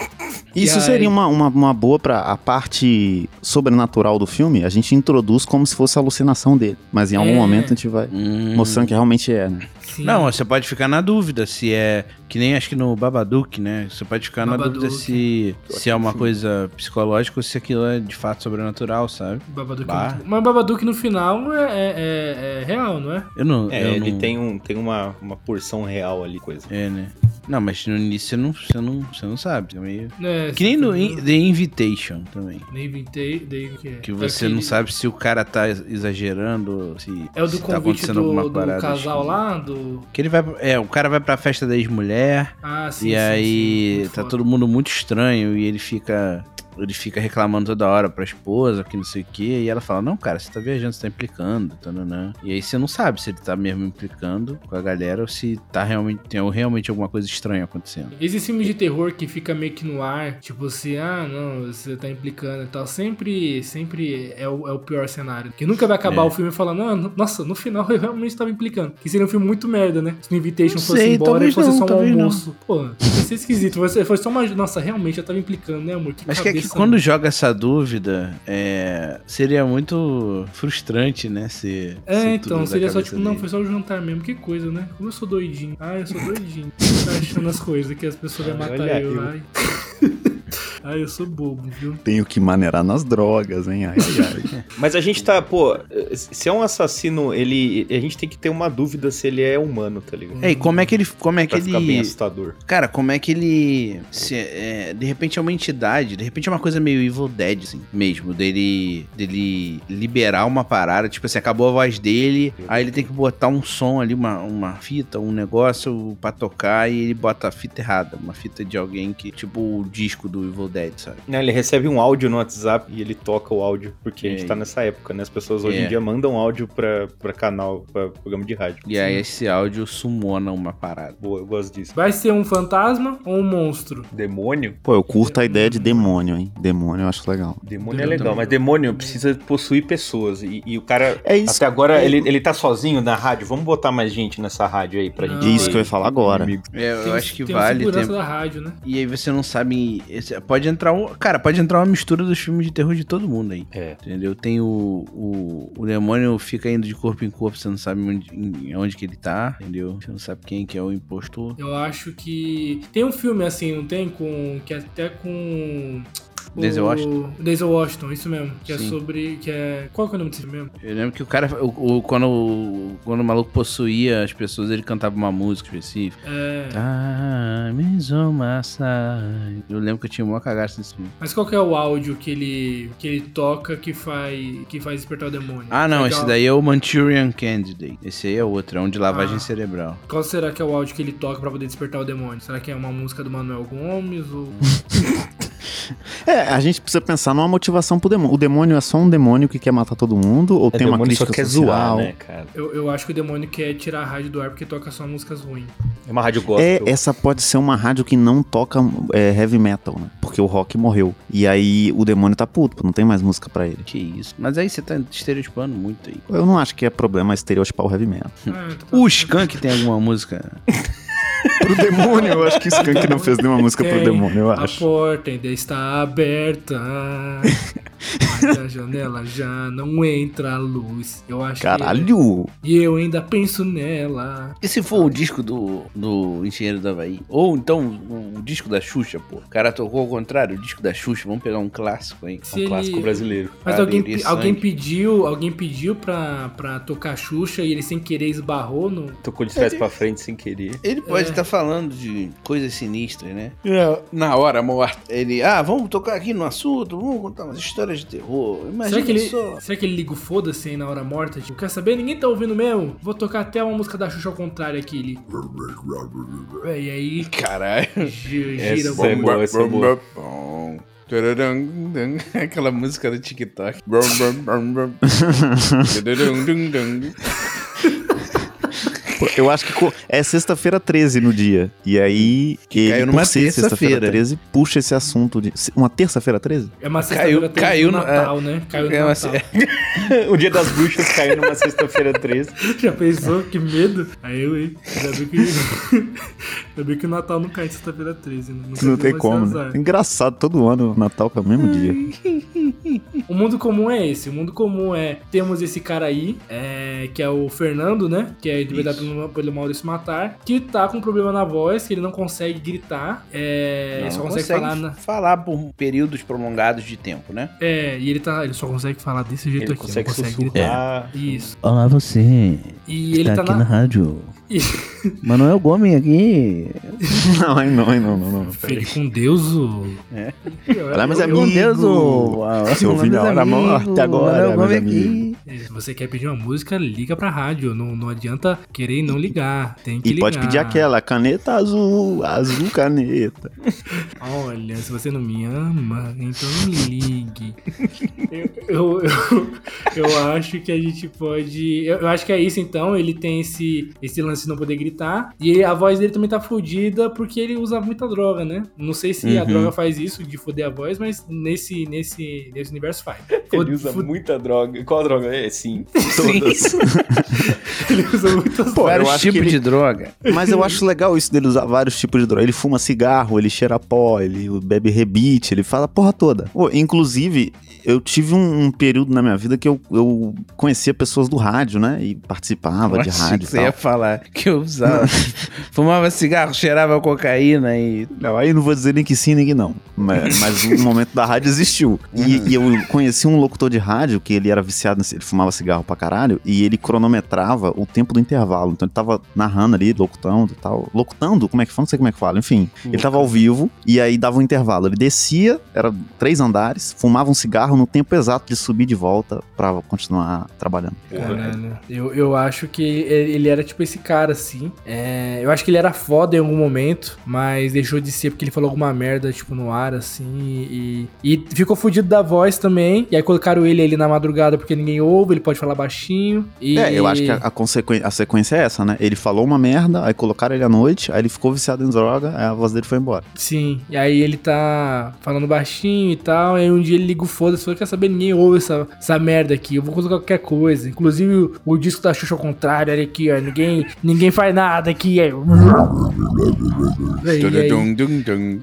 Isso aí... seria uma, uma, uma boa pra a parte sobrenatural do filme, a gente introduz como se fosse a alucinação dele. Mas em algum É. momento a gente vai Hum. mostrando que realmente é, né? Sim. Não, você pode ficar na dúvida se é. Que nem acho que no Babadook, né? Você pode ficar na Babadook. dúvida se, se é uma coisa psicológica ou se aquilo é de fato sobrenatural, sabe? Babadook Bah. é muito... Mas Babadook no final é, é, é- é real, não é? Eu não. É, eu ele não... tem, um, tem uma, uma porção real ali, coisa. É, né? Não, mas no início você não, você não, você não sabe. É meio... É, Que nem no você- In- The Invitation também. Nem inventei, daí que é. Que É você aquele- não sabe se o cara tá exagerando, se, É o do se tá convite acontecendo do, alguma do parada. casal esquisita. lá, do... Que ele vai. É, o cara vai pra festa da ex-mulher. Ah, sim, E sim, aí sim, muito tá foda. todo mundo muito estranho e ele fica. Ele fica reclamando toda hora pra esposa, que não sei o que, e ela fala, não, cara, você tá viajando, você tá implicando, tananã. E aí você não sabe se ele tá mesmo implicando com a galera ou se tá realmente, tem realmente alguma coisa estranha acontecendo. Esses filmes de terror que fica meio que no ar, tipo assim, ah, não, você tá implicando e tal, sempre, sempre é o, é o pior cenário. Que nunca vai acabar É. o filme falando, não, nossa, no final eu realmente tava implicando. Que seria um filme muito merda, né? Se o Invitation Não fosse sei, embora e talvez fosse não, só um talvez não. almoço. Pô, ia ser esquisito. Você foi só uma. Nossa, realmente eu tava implicando, né, amor? Que Mas que, é que cabeça, quando joga essa dúvida, é, seria muito frustrante, né? Se, É, se então, tudo da seria só cabeça tipo, não, dele. foi só o jantar mesmo. Que coisa, né? Como eu sou doidinho. Ah, eu sou doidinho. Tá achando as coisas que as pessoas vão matar Olha eu. eu. Ai. Ai, eu sou bobo, viu? Tenho que maneirar nas drogas, hein? Ai, ai, ai. Mas a gente tá, pô, se é um assassino, ele. A gente tem que ter uma dúvida se ele é humano, tá ligado? É, e como é que ele. Como é que Pra ficar bem ele. assustador. Cara, como é que ele. Se, é, de repente é uma entidade, de repente é uma coisa meio Evil Dead, assim, mesmo. Dele, dele liberar uma parada, tipo assim, acabou a voz dele, aí ele tem que botar um som ali, uma, uma fita, um negócio pra tocar, e ele bota a fita errada, uma fita de alguém que, tipo o disco do Evil Dead, sabe? Né, ele recebe um áudio no WhatsApp e ele toca o áudio, porque a gente É. tá nessa época, né? As pessoas hoje É. em dia mandam áudio pra, pra canal, pra programa de rádio. E aí esse áudio sumona uma parada. Boa, eu gosto disso. Vai ser um fantasma ou um monstro? Demônio? Pô, eu curto a ideia de demônio, hein? Demônio eu acho legal. Demônio é Eu legal, também. mas demônio precisa possuir pessoas. E, e o cara, É isso. até agora, é- ele, ele tá sozinho na rádio. Vamos botar mais gente nessa rádio aí pra gente. Não, Isso que eu ia falar agora. Inimigo. É, eu Tem- acho que tem um vale. segurança Tem... da rádio, né? E aí você não sabe. esse- Pode entrar um. Cara, pode entrar uma mistura dos filmes de terror de todo mundo aí. É. Entendeu? Tem o, o. O demônio fica indo de corpo em corpo, você não sabe onde, em- onde que ele tá, entendeu? Você não sabe quem que é o impostor. Eu acho que tem um filme assim, não tem? Com que é até com o Denzel Washington? Denzel Washington, isso mesmo. Que Sim. é sobre. Que é. Qual que é o nome desse filme mesmo? Eu lembro que o cara, o, o- quando, o, quando o maluco possuía as pessoas, ele cantava uma música específica. É. Time is on my side. Eu lembro que eu tinha uma cagaça nesse filme. Mas qual que é o áudio que ele. que ele toca que faz. que faz despertar o demônio? Ah, não, Será que esse é o- daí é o Manchurian Candidate. Esse aí é outro, é um de lavagem Ah. cerebral. Qual será que é o áudio que ele toca pra poder despertar o demônio? Será que é uma música do Manuel Gomes ou. É, a gente precisa pensar numa motivação pro demônio. O demônio é só um demônio que quer matar todo mundo? Ou É, tem uma demônio só crítica quer social? zoar, né, cara? Eu, eu acho que o demônio quer tirar a rádio do ar porque toca só músicas ruins. É uma rádio gospel. É, essa pode ser uma rádio que não toca é, heavy metal, né? Porque o rock morreu. E aí o demônio tá puto, não tem mais música pra ele. Que isso. Mas aí você tá estereotipando muito aí. Eu não acho que é problema estereotipar o heavy metal. Ah, tá- O Skank tem alguma música? Pro demônio, eu acho que o Skank não fez nenhuma música pro Tem. demônio, eu A acho. porta ainda está aberta, mas a janela já não entra a luz. Eu acho que Caralho! e eu ainda penso nela. E se for o disco do, do Engenheiro do Havaí? Ou então o, o disco da Xuxa, pô. O cara tocou ao contrário, o disco da Xuxa. Vamos pegar um clássico aí. Se Um ele- clássico brasileiro. Mas Cara, alguém, iria sangue. alguém pediu, alguém pediu pra, pra tocar Xuxa e ele sem querer esbarrou no. Tocou de trás pra frente sem querer. Ele pode É. estar falando de coisas sinistras, né? Na hora morta. Ele, ah, vamos tocar aqui no assunto, vamos contar umas histórias de terror. Imagina Será que, ele, só. será que ele liga o foda-se aí na hora morta? Tipo, quer saber? Ninguém tá ouvindo mesmo? Vou tocar até uma música da Xuxa ao contrário aqui. Ele... É, e aí Caralho. gi- gira Essa o é boa, essa é boa. Aquela música do TikTok. Pô, eu acho que co- é sexta-feira treze no dia. E aí, ele, caiu numa por ser terça-feira. sexta-feira treze, puxa esse assunto de... Uma terça-feira treze? É uma Caiu- sexta-feira treze caiu do no- Natal, né? Caiu no É uma- Natal. O Dia das Bruxas caiu numa sexta-feira treze. Já pensou? Que medo? Aí eu, hein? Já viu que... Ainda bem que o Natal não cai de sexta-feira treze, né? Não tem como, né? Engraçado, todo ano o Natal com o mesmo dia. O mundo comum é esse. O mundo comum é... Temos esse cara aí, é, que é o Fernando, né? Que é interpretado pelo, pelo Maurício Matar, que tá com um problema na voz, que ele não consegue gritar. É, Não, ele só não consegue, consegue falar... Na... falar por períodos prolongados de tempo, né? É, e ele, tá, ele só consegue falar desse jeito Ele aqui. consegue não consegue sussurrar. gritar. Isso. Olá, você. E ele tá aqui na... na rádio. E... Manuel Gomes aqui. Não, ai, não, ai, não, não, não. Fique com Deus, o... É. Olha, mas é Com Deus, o... Se ouvir na hora morte agora, Manuel Gomes meus aqui. Se você quer pedir uma música, liga pra rádio. Não, não adianta querer e não ligar. Tem que E ligar. pode pedir aquela, caneta azul, azul caneta. Olha, se você não me ama, então não me ligue. Eu, eu, eu, eu acho que a gente pode... Eu, eu acho que é isso, então. Ele tem esse, esse lance de não poder gritar. E a voz dele também tá fodida porque ele usa muita droga, né? Não sei se Uhum. a droga faz isso, de foder a voz, mas nesse, nesse, nesse universo faz. Ele usa muita droga. Qual droga é? Sim. Todas. Ele usa muitas Pô, eu Vários acho tipos que ele- de droga. Mas eu acho legal isso dele usar vários tipos de droga. Ele fuma cigarro, ele cheira pó, ele bebe rebite, ele fala a porra toda. Pô, inclusive, eu tive um, um período na minha vida que eu, eu conhecia pessoas do rádio, né? E participava Eu de achei rádio que e você tal. ia falar que eu usava. Fumava cigarro, cheirava cocaína e. Não, aí não vou dizer nem que sim, nem que não. Mas, mas o momento da rádio existiu. E, e eu conheci um locutor de rádio que ele era viciado, nesse- ele fumava cigarro pra caralho, e ele cronometrava o tempo do intervalo. Então ele tava narrando ali, locutando e tal. Locutando? Como é que fala? Não sei como é que fala. Enfim, ele tava ao vivo e aí dava um intervalo. Ele descia, era três andares, fumava um cigarro no tempo exato de subir de volta pra continuar trabalhando. Caralho. Eu, eu acho que ele era tipo esse cara, assim. É, eu acho que ele era foda em algum momento, mas deixou de ser porque ele falou alguma merda, tipo, no ar, assim. E, e ficou fudido da voz também. E aí colocaram ele ali na madrugada porque ninguém ouve, ele pode falar baixinho. E... É, eu acho que a, a, consequen- a sequência é essa, né? Ele falou uma merda, aí colocaram ele à noite, aí ele ficou viciado em droga, aí a voz dele foi embora. Sim, e aí ele tá falando baixinho e tal, e aí um dia ele liga o foda-se, falou, quer saber, ninguém ouve essa, essa merda aqui, eu vou colocar qualquer coisa. Inclusive o, o disco da Xuxa ao contrário, olha aqui, ó, ninguém, ninguém faz nada aqui. Aí, e, aí, Dum, dum, dum.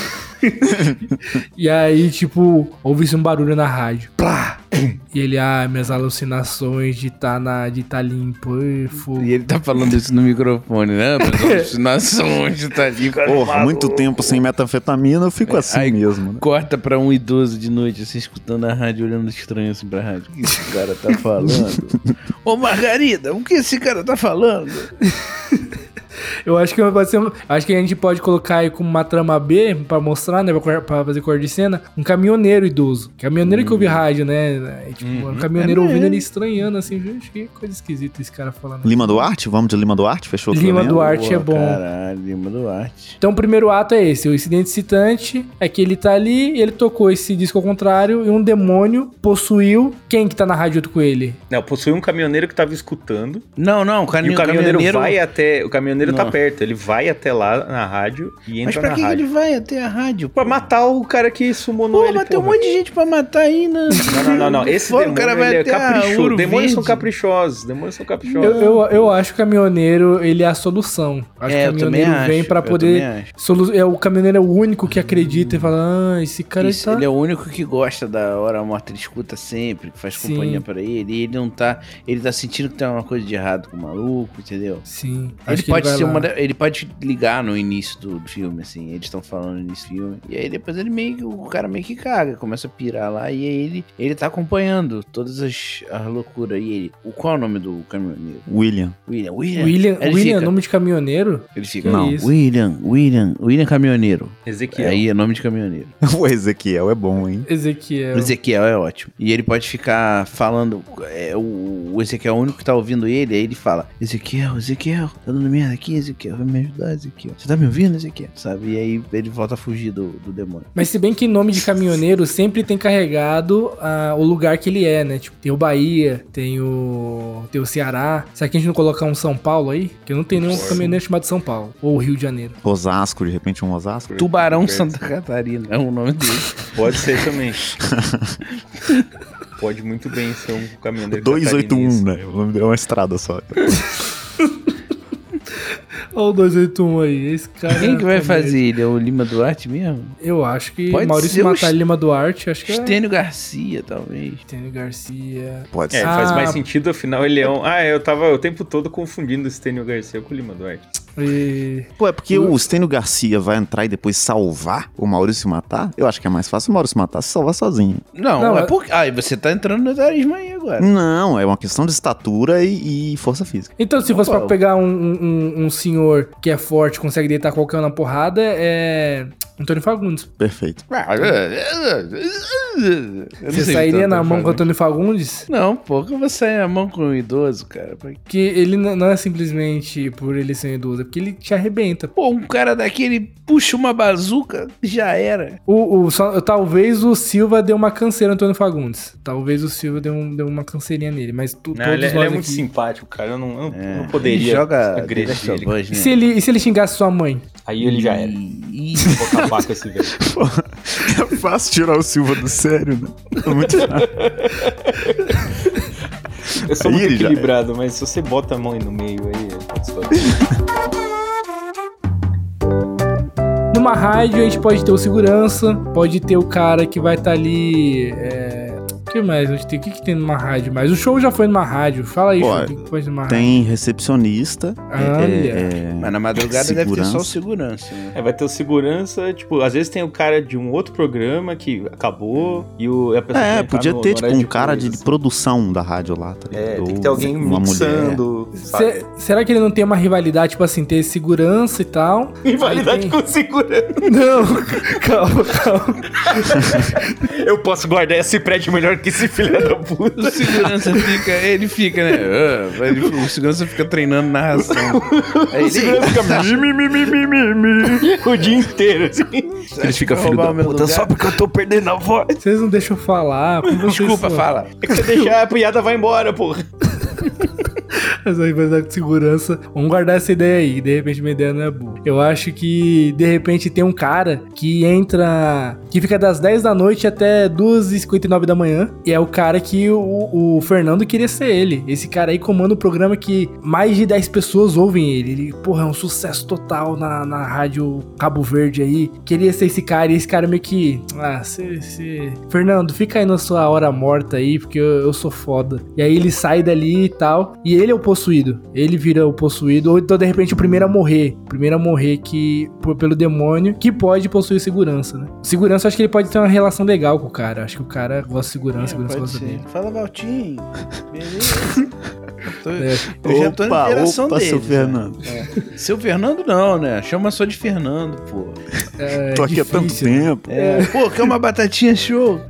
e aí, tipo, ouve-se um barulho na rádio. Plá! E ele, ah, minhas alucinações de tá, na, de tá limpo. Ui, fogo. E ele tá falando isso no microfone, né? As alucinações de tá ali. Porra, muito tempo sem metanfetamina, eu fico assim Aí, mesmo, né? Corta pra um idoso de noite, assim, escutando a rádio, olhando estranho assim pra rádio. O que esse cara tá falando? Ô, Margarida, o que esse cara tá falando? Eu acho que pode ser, acho que a gente pode colocar aí como uma trama B pra mostrar, né, pra, pra fazer cor de cena, um caminhoneiro idoso. Caminhoneiro que ouve rádio, né? E, tipo, um caminhoneiro É ouvindo mesmo. ele estranhando, assim, gente, que coisa esquisita esse cara falando. Lima Duarte? Vamos de Lima Duarte? Fechou o Lima elemento? Duarte é Pô, bom. Caralho, Lima Duarte. Então o primeiro ato é esse, o incidente citante é que ele tá ali, ele tocou esse disco ao contrário e um demônio possuiu quem que tá na rádio junto com ele? Não, possui um caminhoneiro que tava escutando. Não, não, o, E caminho, o caminhoneiro, caminhoneiro vai até. O caminhoneiro tá Não. perto. Ele vai até lá na rádio e Mas entra pra na que rádio. ele vai até a rádio? Pra matar o cara que sumonou Pô, ele. mas tem um porra. monte de gente pra matar aí, né? Não, não, não, não. Esse Fora, o demônio cara vai ele é até a caprichoso. Ouro Demônios são Verde. caprichosos. Demônios são caprichosos. Eu, eu, eu acho que o caminhoneiro, ele é a solução. Acho É, que eu o também caminhoneiro vem acho, pra eu poder... também acho. Solu... É, o caminhoneiro é o único que acredita e fala, ah, esse cara Isso, tá... ele é o único que gosta da hora morta, ele escuta sempre, que faz Sim. companhia pra ele, e ele não tá. Ele tá sentindo que tem uma coisa de errado com o maluco, entendeu? Sim. Ele acho que pode vai ser lá. uma. da- Ele pode ligar no início do filme, assim. Eles estão falando no início do filme. E aí depois ele meio que. O cara meio que caga, começa a pirar lá. E aí ele, ele tá acompanhando todas as, as loucuras. E ele. O, qual é o nome do caminhoneiro? William. William. William. William, Aí ele William é fica- nome de caminhoneiro? Ele fica. Que Não, isso? William, William, William Caminhoneiro. Ezequiel. Aí é nome de caminhoneiro. O Ezequiel é bom, hein? Ezequiel. O Ezequiel é ótimo. E ele pode ficar falando. É, o, o Ezequiel é o único que tá ouvindo ele. Aí ele fala: Ezequiel, Ezequiel, tá dando merda aqui, Ezequiel, vai me ajudar, Ezequiel. Você tá me ouvindo, Ezequiel? Sabe? E aí ele volta a fugir do, do demônio. Mas se bem que nome de caminhoneiro sempre tem carregado ah, o lugar que ele é, né? Tipo, tem o Bahia, tem o tem o Ceará. Será que a gente não colocar um São Paulo aí? Que não tem nenhum caminhoneiro chamado São Paulo. Ou Rio de Janeiro. Osasco, de repente um Osasco. Tubarão Santa Catarina é o nome dele. Pode ser também. Pode muito bem ser um caminhoneiro duzentos e oitenta e um, catarinense. né? O nome dele é uma estrada só. Olha o dois oito um aí, esse cara... Quem que vai é fazer ele? É o Lima Duarte mesmo? Eu acho que Pode Maurício ser o Matar Est- Lima Duarte, acho que Estênio Garcia, talvez. é... Estênio Garcia... Pode É, ser. faz Ah. mais sentido, afinal ele é um... Ah, eu tava o tempo todo confundindo o Stênio Garcia com o Lima Duarte. E... Pô, é porque o Stênio Garcia vai entrar e depois salvar o Maurício Matar? Eu acho que é mais fácil o Maurício Matar se salvar sozinho. Não, Não, é é- porque... Ah, e você tá entrando no etarismo aí agora. Não, é uma questão de estatura e, e força física. Então, se fosse Opa. pra pegar um, um, um senhor que é forte, consegue deitar qualquer um na porrada, é... Antônio Fagundes. Perfeito. Você sairia na mão com o Antônio Fagundes? Não, pô, que eu vou sair na mão com um idoso, cara. Que ele n- não é simplesmente por ele ser um idoso, é porque ele te arrebenta. Pô, um cara daquele puxa uma bazuca, já era. O, o, só- talvez o Silva deu uma canseira no Antônio Fagundes. Talvez o Silva deu, um- deu uma canseirinha nele, mas tu, Não, todos ele, é- nós ele é aqui... muito simpático, cara. Eu não, eu não- É, não poderia ele joga agredir The Last ele. of Us, E né? se ele, e se ele xingasse sua mãe? Aí ele já era. Ih, Vou acabar com esse velho. É fácil tirar o Silva do sério, né? É muito fácil. Eu sou Aí muito ele já equilibrado, mas se você bota a mão aí no meio, aí pode estourar. Numa rádio a gente pode ter o segurança, pode ter o cara que vai estar ali... é, O que mais? A gente tem- O que, que tem numa rádio mais? O show já foi numa rádio. Fala aí, Pô, Show, o que, que pode numa rádio? Tem recepcionista. Olha. é, mas na madrugada deve ter só o Segurança. segurança, né? É, vai ter o segurança, tipo, às vezes tem o cara de um outro programa que acabou e o, a pessoa É, vai entrar podia no- ter, no tipo, horário um cara coisa, de assim. produção da rádio lá, tá ligado? É, tem que Ou ter alguém uma mixando, sabe? Se- será que ele não tem uma rivalidade, tipo assim, ter segurança e tal? Rivalidade Aí com segurança. tem- Não, calma, calma. Eu posso guardar esse prédio melhor que esse filho da puta. O segurança fica, ele fica, né? ah, ele- o segurança fica treinando narração. Aí O ele, segurança fica mi, mi, mi, mi, mi, mi, mi, o dia inteiro, assim. Ele fica vai filho roubar da o meu puta lugar? só porque eu tô perdendo a voz. Vocês não deixam eu falar. como vocês Desculpa, são? fala. É que você deixar a piada vai embora, porra. Essa rivalidade de segurança. Vamos guardar essa ideia aí. De repente minha ideia não é boa. Eu acho que, de repente, tem um cara que entra... Que fica das dez da noite até duas e cinquenta e nove da manhã. E é o cara que o, o Fernando queria ser ele. Esse cara aí comanda um programa que mais de dez pessoas ouvem ele. Ele, porra, é um sucesso total na, na rádio Cabo Verde aí. Queria ser esse cara. E esse cara meio que... Ah, você... Fernando, fica aí na sua hora morta aí, porque eu, eu sou foda. E aí ele sai dali e tal. E ele é o possuído. Ele vira o possuído. Ou então, de repente, o primeiro a morrer. O primeiro a morrer que, por, pelo demônio, que pode possuir segurança, né? Segurança, eu acho que ele pode ter uma relação legal com o cara. Acho que o cara gosta de segurança, É, segurança pode gosta ser. dele. Fala, Valtinho. Beleza. Eu, tô- É. eu já tô na Opa, interação opa, dele. seu Fernando. Seu Fernando não, né? Chama só de Fernando, pô. É, Tô aqui há tanto difícil, né? tempo. É, pô, quer uma batatinha show?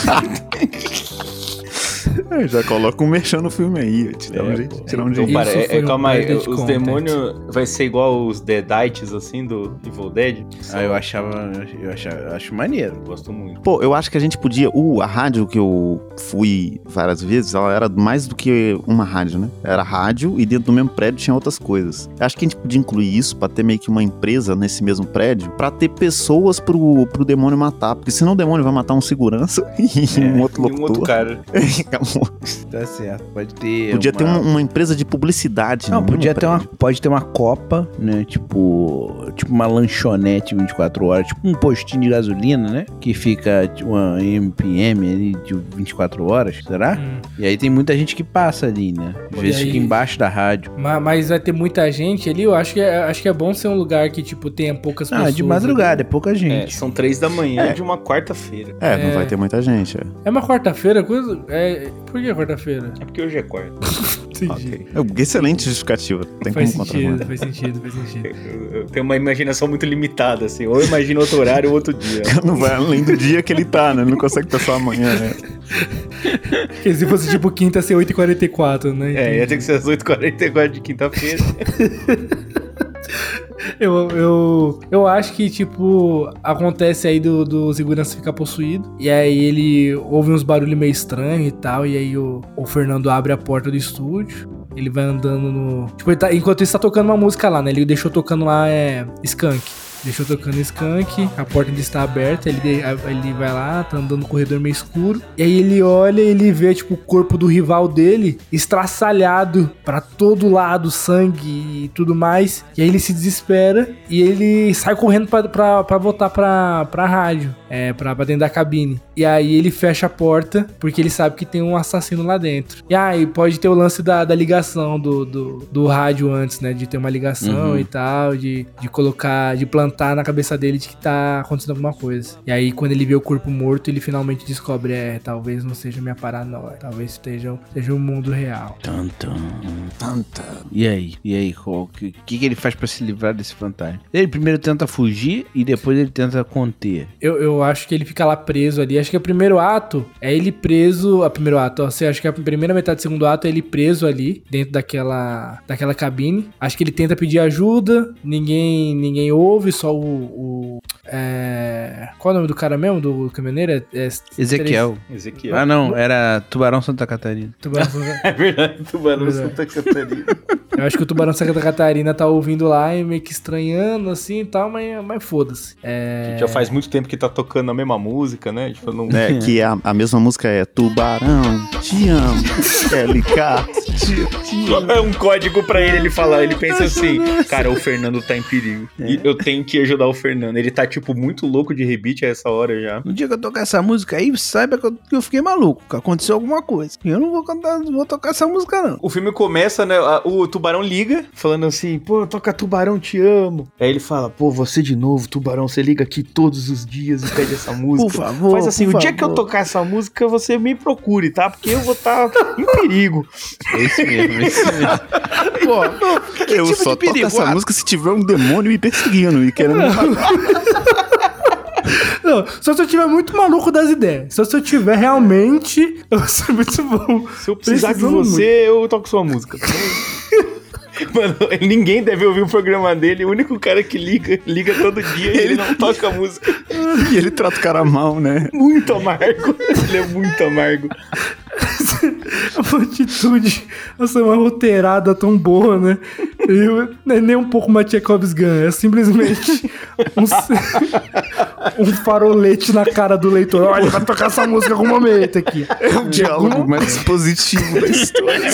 É, já coloca um merchan no filme aí. Te dá um É, jeito, pô. tirar um Então, jeito. para, Isso é, foi é, um calma aí, bad os content. demônios vai ser igual os Deadites, assim, do Evil Dead? Ah, eu achava, eu achava, eu acho maneiro. Gosto muito. Pô, eu acho que a gente podia. Uh, a rádio que eu fui várias vezes, ela era mais do que uma rádio, né? Era rádio e dentro do mesmo prédio tinha outras coisas. Eu acho que a gente podia incluir isso pra ter meio que uma empresa nesse mesmo prédio, pra ter pessoas pro, pro demônio matar. Porque senão o demônio vai matar um segurança e um outro E um locutor. outro cara. Acabou. Tá certo. Pode ter. Podia uma... ter uma, uma empresa de publicidade. Não, no podia mesmo ter uma, prédio. pode ter uma copa, né? Tipo, tipo uma lanchonete vinte e quatro horas, tipo um postinho de gasolina, né? Que fica tipo, uma M P M ali de vinte e quatro horas, será? Hum. E aí tem muita gente que passa ali, né? Às E vezes aí- fica embaixo da rádio. Ma- Mas vai ter muita gente ali. Eu acho que é, acho que é bom ser um lugar que, tipo, tenha poucas Ah, pessoas. de madrugada, é pouca É, gente. são três da manhã É. de uma quarta-feira. É, não É. vai ter muita gente. É. É uma quarta-feira? Coisa... É... Por que quarta-feira? É porque hoje é quarta. Entendi. Ok. É, excelente justificativa. Tem Faz como sentido, contra. faz sentido, faz sentido. Eu, eu tenho uma imaginação muito limitada, assim. Ou eu imagino outro horário ou outro dia. Não vai além do dia que ele tá, né? Ele não consegue pensar amanhã, né? Porque se fosse tipo quinta, ser oito e quarenta e quatro, né? É, ia ter que ser às oito e quarenta e quatro de quinta-feira. Eu, eu, eu acho que, tipo, acontece aí do, do segurança ficar possuído. E aí ele ouve uns barulhos meio estranhos e tal. E aí o, o Fernando abre a porta do estúdio. Ele vai andando no. Tipo, ele tá, enquanto isso tá tocando uma música lá, né? Ele deixou tocando lá é. Skank. deixou tocando Skank, a porta ainda está aberta, ele, ele vai lá, tá andando no corredor meio escuro, e aí ele olha e ele vê, tipo, o corpo do rival dele estraçalhado pra todo lado, sangue e tudo mais, e aí ele se desespera e ele sai correndo pra, pra, pra voltar pra, pra rádio, é, pra, pra dentro da cabine. E aí ele fecha a porta, porque ele sabe que tem um assassino lá dentro. E aí pode ter o lance da, da ligação do, do, do rádio antes, né, de ter uma ligação uhum. e tal, de, de colocar, de plantar na cabeça dele de que tá acontecendo alguma coisa. E aí quando ele vê o corpo morto, ele finalmente descobre, é, talvez não seja minha paranoia, talvez esteja, seja o mundo real. Tum, tum, tum, tum. E aí? E aí? O que, que ele faz pra se livrar desse fantasma? Ele primeiro tenta fugir e depois ele tenta conter. Eu, eu acho que ele fica lá preso ali. Acho que o primeiro ato é ele preso... A primeiro ato, você acha que a primeira metade do segundo ato é ele preso ali, dentro daquela, daquela cabine. Acho que ele tenta pedir ajuda, ninguém, ninguém ouve, só o... o é... Qual é o nome do cara mesmo, do caminhoneiro? É, é Ezequiel. Ezequiel. Ah, não, era Tubarão Santa Catarina. Tubarão Santa... É verdade, Tubarão é verdade. Santa Catarina. Eu acho que o Tubarão Santa Catarina tá ouvindo lá e meio que estranhando assim e tal, mas, mas foda-se. É... Já faz muito tempo que tá tocando a mesma música, né? Tipo, não... É, que a, a mesma música é Tubarão, te amo, L K, te, te amo. É um código pra ele, ele falar, ele pensa assim, cara, o Fernando tá em perigo. É. E eu tenho que ajudar o Fernando. Ele tá, tipo, muito louco de rebite a essa hora já. No dia que eu tocar essa música aí, saiba que eu, que eu fiquei maluco, que aconteceu alguma coisa. Eu não vou cantar, não vou tocar essa música, não. O filme começa, né? O Tubarão liga, falando assim, pô, toca Tubarão, te amo. Aí ele fala, pô, você de novo, Tubarão, você liga aqui todos os dias e pede essa música. Por favor, faz assim, por o dia favor. que eu tocar essa música, você me procure, tá? Porque eu vou estar tá em perigo. É isso mesmo, é isso mesmo. Pô, eu tipo só toco essa ah. música se tiver um demônio me perseguindo e querendo me matar. Não, só se eu tiver muito maluco das ideias. Só se eu tiver realmente... Eu sou muito bom. Se eu precisar de você, muito. Eu toco sua música. Mano, ninguém deve ouvir o programa dele. O único cara que liga, liga todo dia e ele não toca a música. E ele trata o cara mal, né? Muito amargo. Ele é muito amargo. Uma atitude, nossa, uma roteirada tão boa, né? Eu, não é nem um pouco uma Chekhov's Gun, é simplesmente um, um farolete na cara do leitor. Olha, vai tocar essa música em algum momento aqui. É o diálogo mais positivo da história.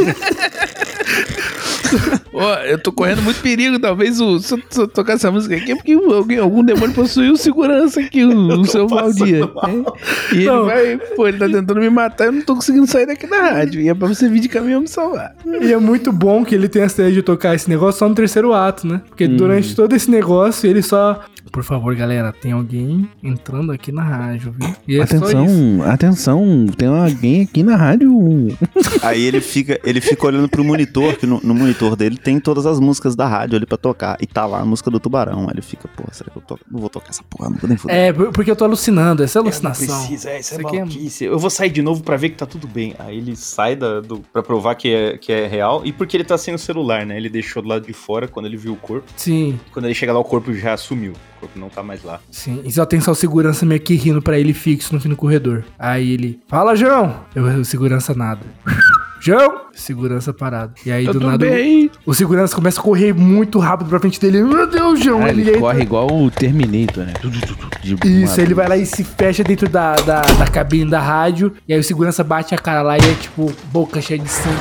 Pô, eu tô correndo muito perigo, talvez o, se, eu, se eu tocar essa música aqui é porque alguém, algum demônio possuiu o segurança aqui, o, o seu Valdir. É? E não. ele vai, pô, ele tá tentando me matar, eu não tô conseguindo sair daqui da rádio. E é pra você vir de caminhão me salvar. E é muito bom que ele tenha a ideia de tocar esse negócio só no terceiro ato, né? Porque hum. durante todo esse negócio ele só... Por favor, galera, tem alguém entrando aqui na rádio, viu? E é atenção, atenção, tem alguém aqui na rádio. Aí ele fica, ele fica olhando pro monitor, que no, no monitor dele tem todas as músicas da rádio ali pra tocar. E tá lá a música do Tubarão. Aí ele fica, pô, será que eu toco? Não vou tocar essa porra, não vou nem foder. É, porque eu tô alucinando, essa é alucinação. Não precisa, é, isso é maluquice. Eu vou sair de novo pra ver que tá tudo bem. Aí ele sai da, do, pra provar que é, que é real. E porque ele tá sem o celular, né? Ele deixou do lado de fora quando ele viu o corpo. Sim. Quando ele chega lá, o corpo já sumiu. O corpo não tá mais lá. Sim, e só tem só o segurança meio que rindo pra ele fixo no fim do corredor. Aí ele, fala, João! Eu, o segurança nada. João! Segurança parado. E aí, eu do nada, bem. o, o segurança começa a correr muito rápido pra frente dele. Meu Deus, João! Ah, ele ele corre igual o Terminator, né? Isso, ele vai lá e se fecha dentro da, da, da cabine da rádio. E aí o segurança bate a cara lá e é tipo, boca cheia de sangue.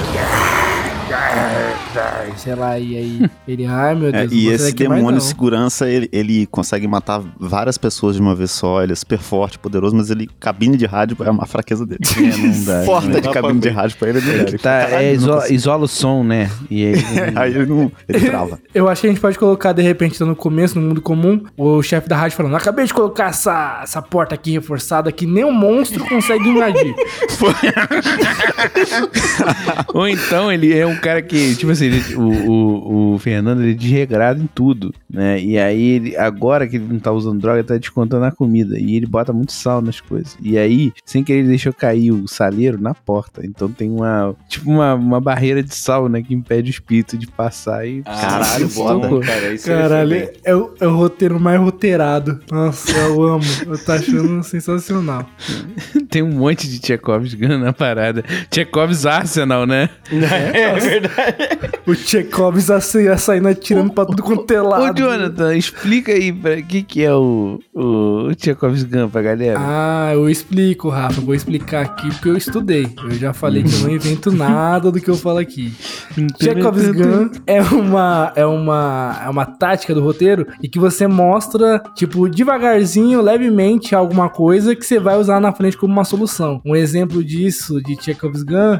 Sei lá, e aí ele, ai meu Deus, é, e esse demônio de segurança, ele, ele consegue matar várias pessoas de uma vez só, ele é super forte, poderoso, mas ele, cabine de rádio é uma fraqueza dele. É, não dá. Porta de cabine de rádio pra ele é melhor. Tá, é, isola, isola o som, né? E aí, aí ele não, ele trava. Eu acho que a gente pode colocar, de repente, no começo, no mundo comum, o chefe da rádio falando, acabei de colocar essa, essa porta aqui reforçada que nem um monstro consegue invadir. Ou então ele é um cara que, tipo assim, ele, o, o, o Fernando, ele é desregrado em tudo, né? E aí, ele, agora que ele não tá usando droga, ele tá descontando a comida. E ele bota muito sal nas coisas. E aí, sem querer, ele deixou cair o saleiro na porta. Então tem uma, tipo, uma, uma barreira de sal, né? Que impede o espírito de passar e... Ah, caralho, foda. Cara, isso caralho, é, é, o, é o roteiro mais roteirado. Nossa, eu amo. Eu tô achando sensacional. Tem um monte de Chekhov's Gun na parada. Chekhov's Arsenal, né? É, é verdade. O Chekhov ia saindo atirando pra tudo quanto é lado. Ô, Jonathan, explica aí o que, que é o, o Chekhov's Gun pra galera. Ah, eu explico, Rafa. Vou explicar aqui porque eu estudei. Eu já falei que eu não invento nada do que eu falo aqui. Chekhov's Gun é uma, é, uma, é uma tática do roteiro e que você mostra, tipo, devagarzinho, levemente, alguma coisa que você vai usar na frente como uma solução. Um exemplo disso, de Chekhov's Gun,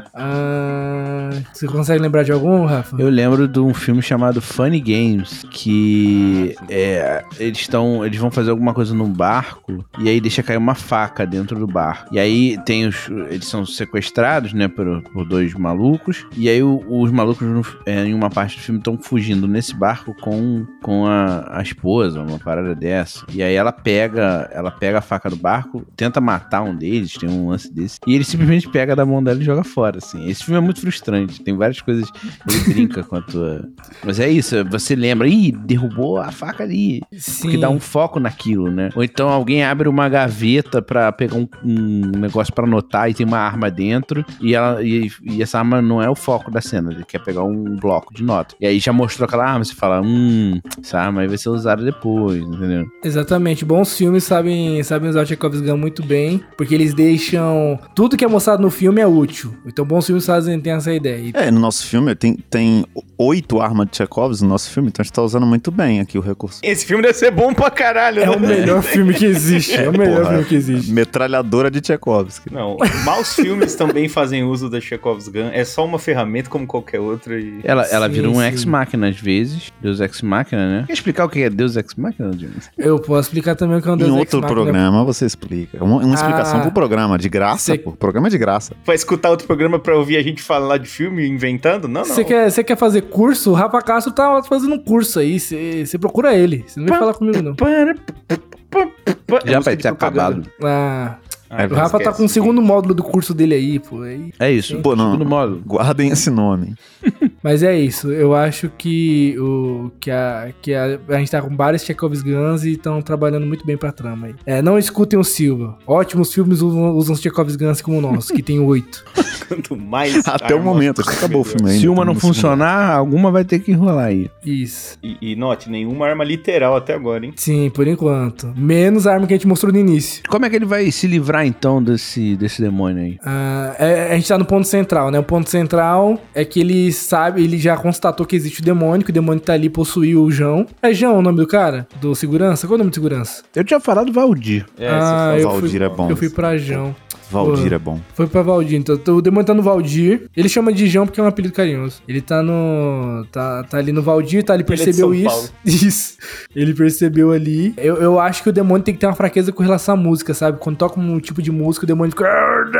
ah, você consegue lembrar de algum, Rafa? Eu lembro de um filme chamado Funny Games, que é, eles estão, eles vão fazer alguma coisa num barco e aí deixa cair uma faca dentro do barco. E aí tem os, eles são sequestrados, né, por, por dois malucos. E aí o, os malucos no, é, em uma parte do filme estão fugindo nesse barco com, com a, a esposa, uma parada dessa. E aí ela pega, ela pega a faca do barco, tenta matar um deles, tem um lance desse. E ele simplesmente pega da mão dela e joga fora, assim. Esse filme é muito frustrante, tem várias coisas, ele brinca com a tua... Mas é isso, você lembra, ih, derrubou a faca ali. Sim. Porque dá um foco naquilo, né? Ou então alguém abre uma gaveta pra pegar um, um negócio pra anotar e tem uma arma dentro e, ela, e, e essa arma não é o foco da cena, ele quer pegar um bloco de nota. E aí já mostrou aquela arma, você fala, hum, essa arma aí vai ser usada depois, entendeu? Exatamente, bons filmes sabem, sabem usar o Chekhov's Gun muito bem, porque eles deixam... Tudo que é mostrado no filme é útil. Então bons filmes fazem, tem essa ideia. É, no nosso filme tem, tem oito armas de Chekhov's no nosso filme, então a gente tá usando muito bem aqui o recurso. Esse filme deve ser bom pra caralho, É né? o melhor filme que existe, é o melhor Porra, filme que existe. Metralhadora de Tchaikovsky. Não, maus filmes também fazem uso da Chekhov's Gun. É só uma ferramenta como qualquer outra. E... Ela, ela Sim, vira um sim. ex-máquina às vezes, Deus ex-máquina, né? Quer explicar o que é Deus ex-máquina, James? Eu posso explicar também o que é um Em Deus Ex outro Machina. programa você explica. Uma, uma explicação Ah, pro programa, de graça, cê- pô. O programa é de graça. Vai escutar outro programa pra ouvir a gente falar de filme inventando? Não, não. Você quer, você quer fazer curso? O Rafa Castro tá fazendo um curso aí. Você você procura ele. Você não vai falar comigo, não. Já É vai música de ter propaganda. acabado. Ah, Ah, o Rafa tá com o segundo módulo do curso dele aí, pô. Aí. É isso, Pô, não. segundo modo. Guardem esse nome. Mas é isso. Eu acho que, o, que, a, que a, a gente tá com vários Chekhov's Guns e estão trabalhando muito bem pra trama aí. É, não escutem o Silva. Ótimos filmes usam, usam os Chekhov's Guns como o nosso, que tem oito. Quanto mais Até o arma, momento, acho que acabou o filme ainda. Se uma não No segundo. funcionar, alguma vai ter que enrolar aí. Isso. E, e note, nenhuma arma literal até agora, hein? Sim, por enquanto. Menos a arma que a gente mostrou no início. Como é que ele vai se livrar então desse, desse demônio aí? Ah, é- a gente tá no ponto central, né? O ponto central é que ele sabe, ele já constatou que existe o demônio, que o demônio tá ali, possuiu o João. É João o nome do cara? Do segurança? Qual é o nome do segurança? Eu tinha falado Valdir. É, ah, se eu Valdir fui, é bom. Eu fui pra João. Valdir Pô. é bom. Foi pra Valdir. Então, o demônio tá no Valdir. Ele chama de João porque é um apelido carinhoso. Ele tá no... Tá, tá ali no Valdir, tá? Ele Ele é de percebeu São isso. Paulo. Isso. Ele percebeu ali. Eu, eu acho que o demônio tem que ter uma fraqueza com relação à música, sabe? Quando toca um tipo de música, o demônio fica...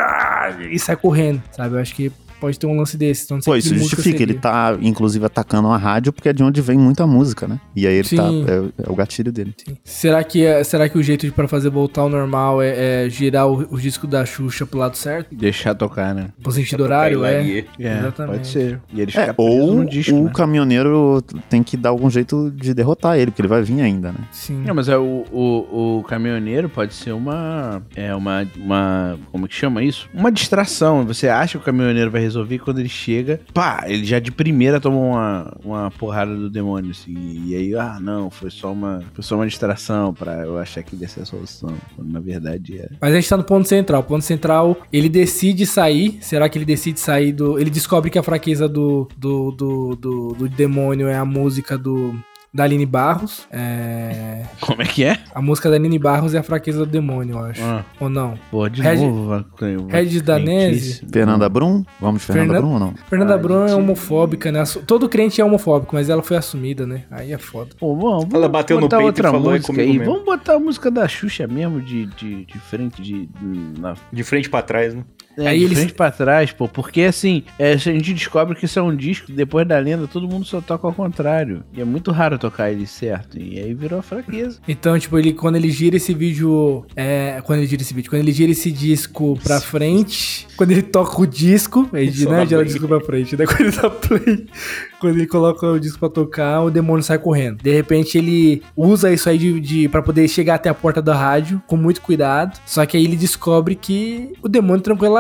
E sai correndo, sabe? Eu acho que pode ter um lance desse. Então, não sei Pô, que isso música justifica. seria. Ele tá, inclusive, atacando a rádio porque é de onde vem muita música, né? E aí ele Sim. tá... É, é o gatilho dele. Será que, é, será que o jeito de pra fazer voltar ao normal é, é girar o, o disco da Xuxa pro lado certo? Deixar tocar, né? Pro sentido horário, é? Cailaria. É, Exatamente. pode ser. E ele É, fica preso ou no disco, o né? caminhoneiro tem que dar algum jeito de derrotar ele, porque ele vai vir ainda, né? Sim. Não, mas é o, o, o caminhoneiro pode ser uma, é uma, uma, como que chama isso? Uma distração. Você acha que o caminhoneiro vai resolver e quando ele chega, pá, ele já de primeira toma uma, uma porrada do demônio, assim. E aí, ah, não, foi só uma, foi só uma distração pra eu achar que ia ser a solução. Quando na verdade é. Mas a gente tá no ponto central. O ponto central, ele decide sair. Será que ele decide sair do... Ele descobre que a fraqueza do, do, do, do, do demônio é a música do... Da Aline Barros. É... Como é que é? A música da Aline Barros é a fraqueza do demônio, eu acho. Ah, Ou não? pô, de Regi- novo. vai- vai- Regis Danese? Fernanda Brum? Vamos de Fernanda Fernan- Brum ou não? Fernanda Ai, Brum é gente. homofóbica, né? Assu- Todo crente é homofóbico, mas ela foi assumida, né? Aí é foda. Pô, vamos, vamos Ela bateu no botar peito e outra falou, "É música comigo aí. mesmo." Vamos botar a música da Xuxa mesmo, de, de, de frente, de, de- na, De frente pra trás, né? é, Aí de eles- frente pra trás, pô. Porque assim, é, a gente descobre que isso é um disco, depois da lenda, todo mundo só toca ao contrário. E é muito raro tocar ele certo. E aí virou fraqueza. Então, tipo, ele, quando ele gira esse vídeo. É, quando ele gira esse vídeo, quando ele gira esse disco pra frente, quando ele toca o disco, ele Só né, dá gira o play. disco pra frente, né? Quando ele dá play, quando ele coloca o disco pra tocar, o demônio sai correndo. De repente ele usa isso aí de, de, pra poder chegar até a porta da rádio, com muito cuidado. Só que aí ele descobre que o demônio trancou ele lá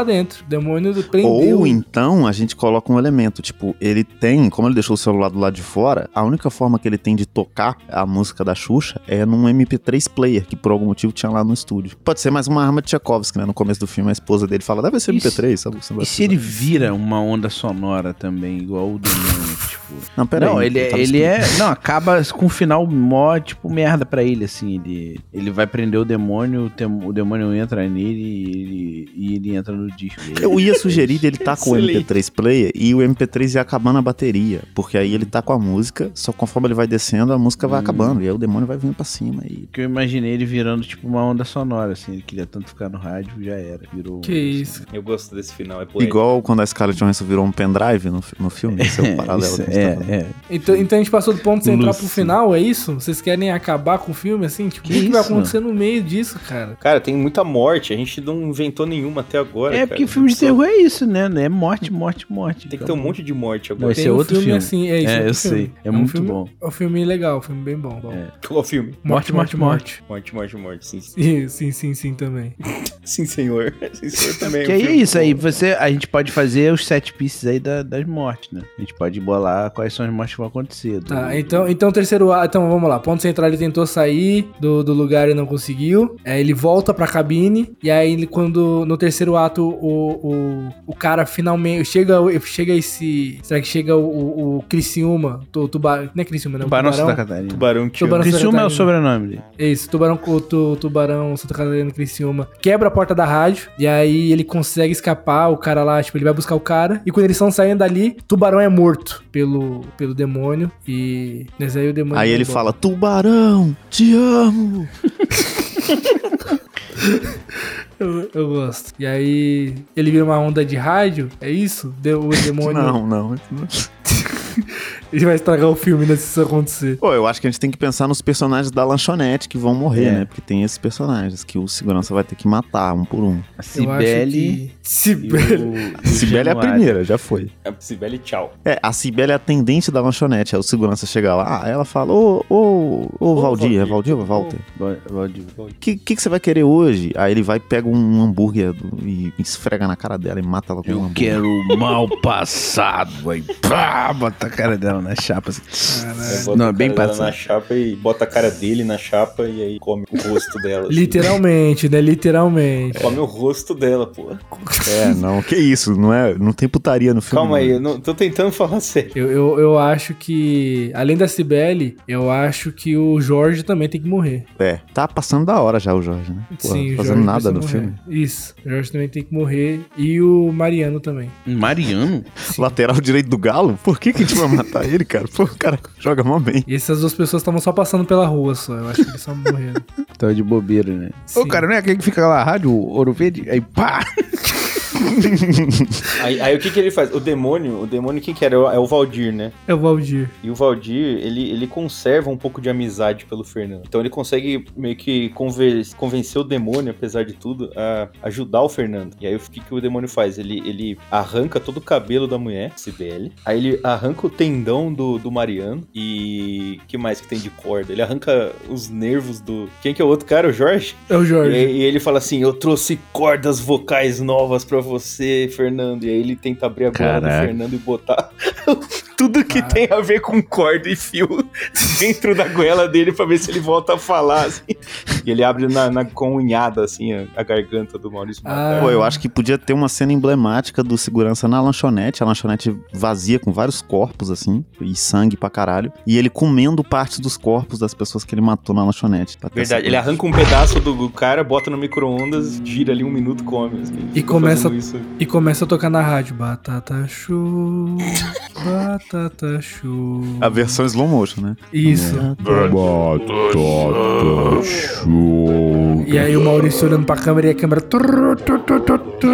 dentro. O demônio prendeu. Ou então a gente coloca um elemento, tipo, ele tem, como ele deixou o celular do lado de fora, a única forma que ele tem de tocar a música da Xuxa é num M P três player, que por algum motivo tinha lá no estúdio. Pode ser mais uma arma de Tchaikovsky, né? No começo do filme a esposa dele fala, deve ser M P três, sabe? Você E se ele vira uma onda sonora também, igual o demônio, tipo... Não, pera Não, aí, ele, tá ele é... Não, acaba com um final mó, tipo, merda pra ele, assim. Ele, ele vai prender o demônio, o, tem, o demônio entra nele e ele, e ele entra no disco. Eu ia sugerir ele tá com o M P três player e o M P três ia acabando a bateria, porque aí ele tá com a música, só conforme ele vai descendo, a música vai hum. acabando, e aí o demônio vai vindo pra cima. E... Porque eu imaginei ele virando, tipo, uma onda sonora, assim. Ele queria tanto ficar no rádio, já era. Virou... Que isso. Eu gosto desse final, é poético. Igual quando a Scarlett Johansson virou um pendrive no, no filme, esse é o paralelo. Isso, que é, tá é. Então, então a gente passou do ponto central pro final, é isso? Vocês querem acabar com o filme, assim? Tipo, o que, que vai acontecer no meio disso, cara? Cara, tem muita morte, a gente não inventou nenhuma até agora, É, cara. porque filme de terror é isso, né? É morte, morte, morte. Tem que então. ter um monte de morte agora. Não, esse tem é um outro filme, filme. assim, é, isso é é eu filme. sei. É, É um muito filme, bom. É um filme legal, um filme bem bom. bom. É. Qual filme? Morte, morte, morte. Morte, morte, morte, sim. Sim, sim, sim, sim também. Sim, senhor. Sim, senhor também. Que é um é filme isso bom. aí, você, a gente pode fazer os set pieces aí da, das mortes, né? A gente pode bolar quais são as mortes que vão acontecer. Do... Tá, então, então terceiro ato, então vamos lá. Ponto central, ele tentou sair do, do lugar e não conseguiu. É, ele volta pra cabine. E aí, ele, quando no terceiro ato, o, o, o cara finalmente chega, chega esse. Será que chega o, o, o Criciúma? O tubarão. Não é Criciúma, não. Tubarão Tubarão Santa Catarina. Tubarão que Tubarão Criciúma é o Santa sobrenome dele. Isso, Tubarão, o tu, Tubarão Santa Catarina Criciúma quebra a porta da rádio. E aí ele consegue escapar. O cara lá, tipo, ele vai buscar o cara. E quando eles estão saindo dali, Tubarão é morto pelo, pelo demônio. E. Mas aí o demônio. Aí ele embora. fala, Tubarão, te amo. Eu, eu gosto. E aí ele vira uma onda de rádio, é isso? Deu o demônio. Não, não. Ele vai estragar o filme, né, se isso acontecer. Pô, eu acho que a gente tem que pensar nos personagens da lanchonete que vão morrer, É. né? Porque tem esses personagens que o segurança vai ter que matar um por um. A Cibele. Que... Cibele. A Cibele é a primeira, já foi. É Cibele, tchau. É, a Cibele é a atendente da lanchonete. Aí o segurança chega lá, aí ela fala, ô, ô, ô, Valdir, é Valdir ou Walter? O que, que, que você vai querer hoje? Aí ele vai, pega um hambúrguer do- e esfrega na cara dela e mata ela com um Eu hambúrguer. quero mal passado. Aí pá, bota a cara dela na chapa. Assim. Aí bota Não, o bem cara dela passado. na chapa e bota a cara dele na chapa e aí come o rosto dela. assim. Literalmente, né? Literalmente. Come o rosto dela, pô. É, não, que isso, não é, não tem putaria no filme. Calma aí, não. eu não, tô tentando falar sério. Eu, eu, eu acho que, além da Cibele, eu acho que o Jorge também tem que morrer. É, tá passando da hora já o Jorge, né? Porra, Sim, o fazendo Jorge nada precisa no morrer. filme. Isso, o Jorge também tem que morrer. E o Mariano também. Mariano? Lateral direito do Galo? Por que que a gente vai matar ele, cara? Pô, o cara joga mó bem. E essas duas pessoas estavam só passando pela rua só. Eu acho que eles só morreram. Tava de bobeira, né? Sim. Ô, cara, não é aquele que fica lá, rádio, Ouro Verde? Aí pá! Aí, aí o que que ele faz? O demônio, o demônio quem que era? É o Valdir, né? É o Valdir. E o Valdir, ele, ele conserva um pouco de amizade pelo Fernando. Então ele consegue meio que conver- convencer o demônio, apesar de tudo, a ajudar o Fernando. E aí o que, que o demônio faz? Ele, ele arranca todo o cabelo da mulher, Cibele. Aí ele arranca o tendão do, do Mariano. E que mais que tem de corda? Ele arranca os nervos do... Quem que é o outro cara? O Jorge? É o E, Jorge. aí- e ele fala assim, eu trouxe cordas vocais novas pra você, Fernando. E aí ele tenta abrir a goela do Caraca. Fernando e botar tudo que tem a ver com corda e fio dentro da goela dele pra ver se ele volta a falar, assim. E ele abre na, na, com unhada, assim, a, a garganta do Maurício Matar. Ah. Pô, eu acho que podia ter uma cena emblemática do segurança na lanchonete, a lanchonete vazia com vários corpos, assim, e sangue pra caralho, e ele comendo partes dos corpos das pessoas que ele matou na lanchonete. Pra ter Verdade, essa ele coisa. arranca um pedaço do cara, bota no micro-ondas, gira ali um minuto, come. Assim. E Fica começa- fazendo isso. E começa a tocar na rádio. Batata show, batata show. A versão slow motion, né? Isso. E aí o Maurício olhando pra câmera e a câmera... turru, tu, tu, tu, tu.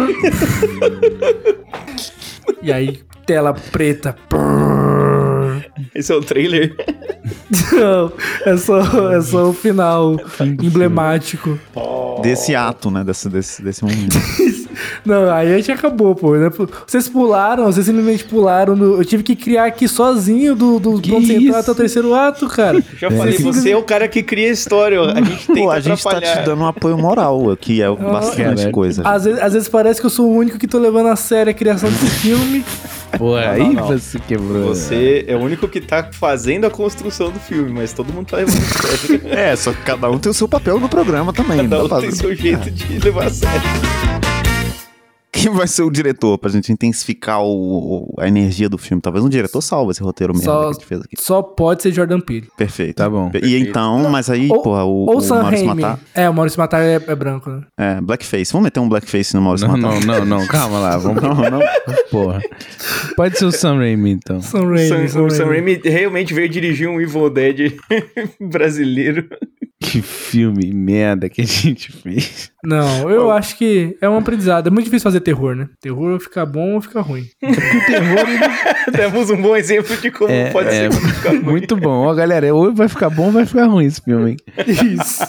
E aí, tela preta. Esse é o trailer. Não, é só, é só o final emblemático. Oh. desse ato, né? Desse, desse, desse momento. Não, aí a gente acabou, pô. Né? Vocês pularam, vocês simplesmente pularam. No... Eu tive que criar aqui sozinho do, do ponto central até o terceiro ato, cara. Já falei, Você você é o cara que cria a história. A gente tem Pô, que a gente tá te dando um apoio moral, que é bastante coisa. Às vezes, às vezes parece que eu sou o único que tô levando a sério a criação desse filme. Pô, aí não, não. você quebrou. Você é o único que tá fazendo a construção do filme, mas todo mundo tá levando a sério. É, só que cada um tem o seu papel no programa também. Cada um pra... tem seu jeito de levar a sério. Quem vai ser o diretor pra gente intensificar o, a energia do filme? Talvez um diretor salva esse roteiro mesmo Só, que a gente fez aqui. só pode ser Jordan Peele. Perfeito. Tá bom. E Perfeito. então, mas aí, Ou, porra, o, ou o Sam Maurício Raimi. Matar... É, o Maurício Matar é, é branco, né? É, blackface. Vamos meter um blackface no Maurício Não, Matar? não, não, não, calma lá. Vamos... Não, não. Porra. Pode ser o Sam Raimi, então. Sam Raimi. Sam, o Sam Raimi realmente veio dirigir um Evil Dead brasileiro. Que filme merda que a gente fez. Não, eu acho que é um aprendizado. É muito difícil fazer terror, né? Terror fica bom ou fica ruim. O terror... Temos um bom exemplo de como É, pode é, ser quando fica ruim. muito bom. Ó, galera, ou vai ficar bom ou vai ficar ruim esse filme, hein? Isso.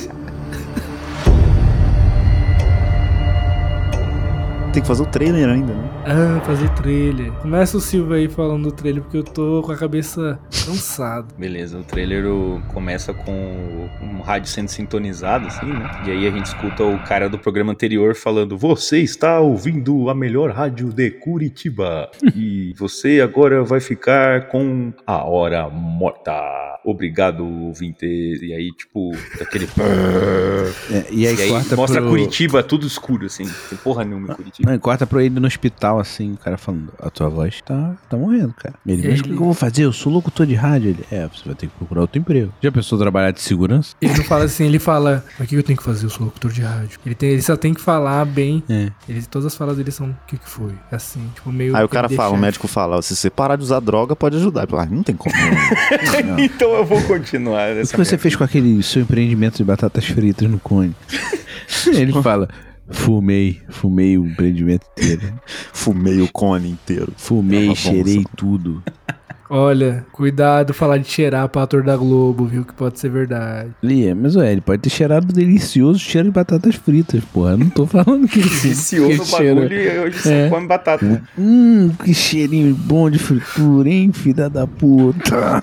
Tem que fazer o trailer ainda, né? Ah, fazer trailer. Começa o Silva aí falando do trailer, porque eu tô com a cabeça cansado. Beleza, o trailer o- começa com um rádio sendo sintonizado, assim, né? E aí a gente escuta o cara do programa anterior falando: você está ouvindo a melhor rádio de Curitiba. E você agora vai ficar com a hora morta. Obrigado, ouvinte. E aí, tipo, aquele... É, e aí, E aí corta mostra pro... Curitiba tudo escuro, assim. Não tem porra nenhuma em Curitiba. Não, e corta pro ele no hospital, assim, o cara falando, a tua voz tá, tá morrendo, cara. Ele, mas o que Ele- eu vou fazer? Eu sou locutor de rádio. Ele, é, você vai ter que procurar outro emprego. Já pensou trabalhar de segurança? Ele não fala assim, ele fala: o que eu tenho que fazer? Eu sou locutor de rádio. Ele, tem, ele só tem que falar bem. É. Ele, todas as falas dele são: o que, que foi? É assim, tipo, meio. Aí o ele cara deixa- fala, o médico fala, se você parar de usar droga, pode ajudar. Ah, não tem como. Não, não. Então eu vou continuar O nessa que você merda. fez com aquele seu empreendimento de batatas fritas no Cone? Ele fala, fumei, fumei o empreendimento inteiro. Fumei o cone inteiro. Fumei, Tava bom, cheirei só. tudo. Olha, cuidado falar de cheirar pra ator da Globo, viu? Que pode ser verdade. Lia, mas ué, ele pode ter cheirado delicioso cheiro de batatas fritas, porra. Eu não tô falando que ele Viciou que no cheiro- bagulho e hoje só É. come batata. Hum, que cheirinho bom de fritura, hein, filha da puta.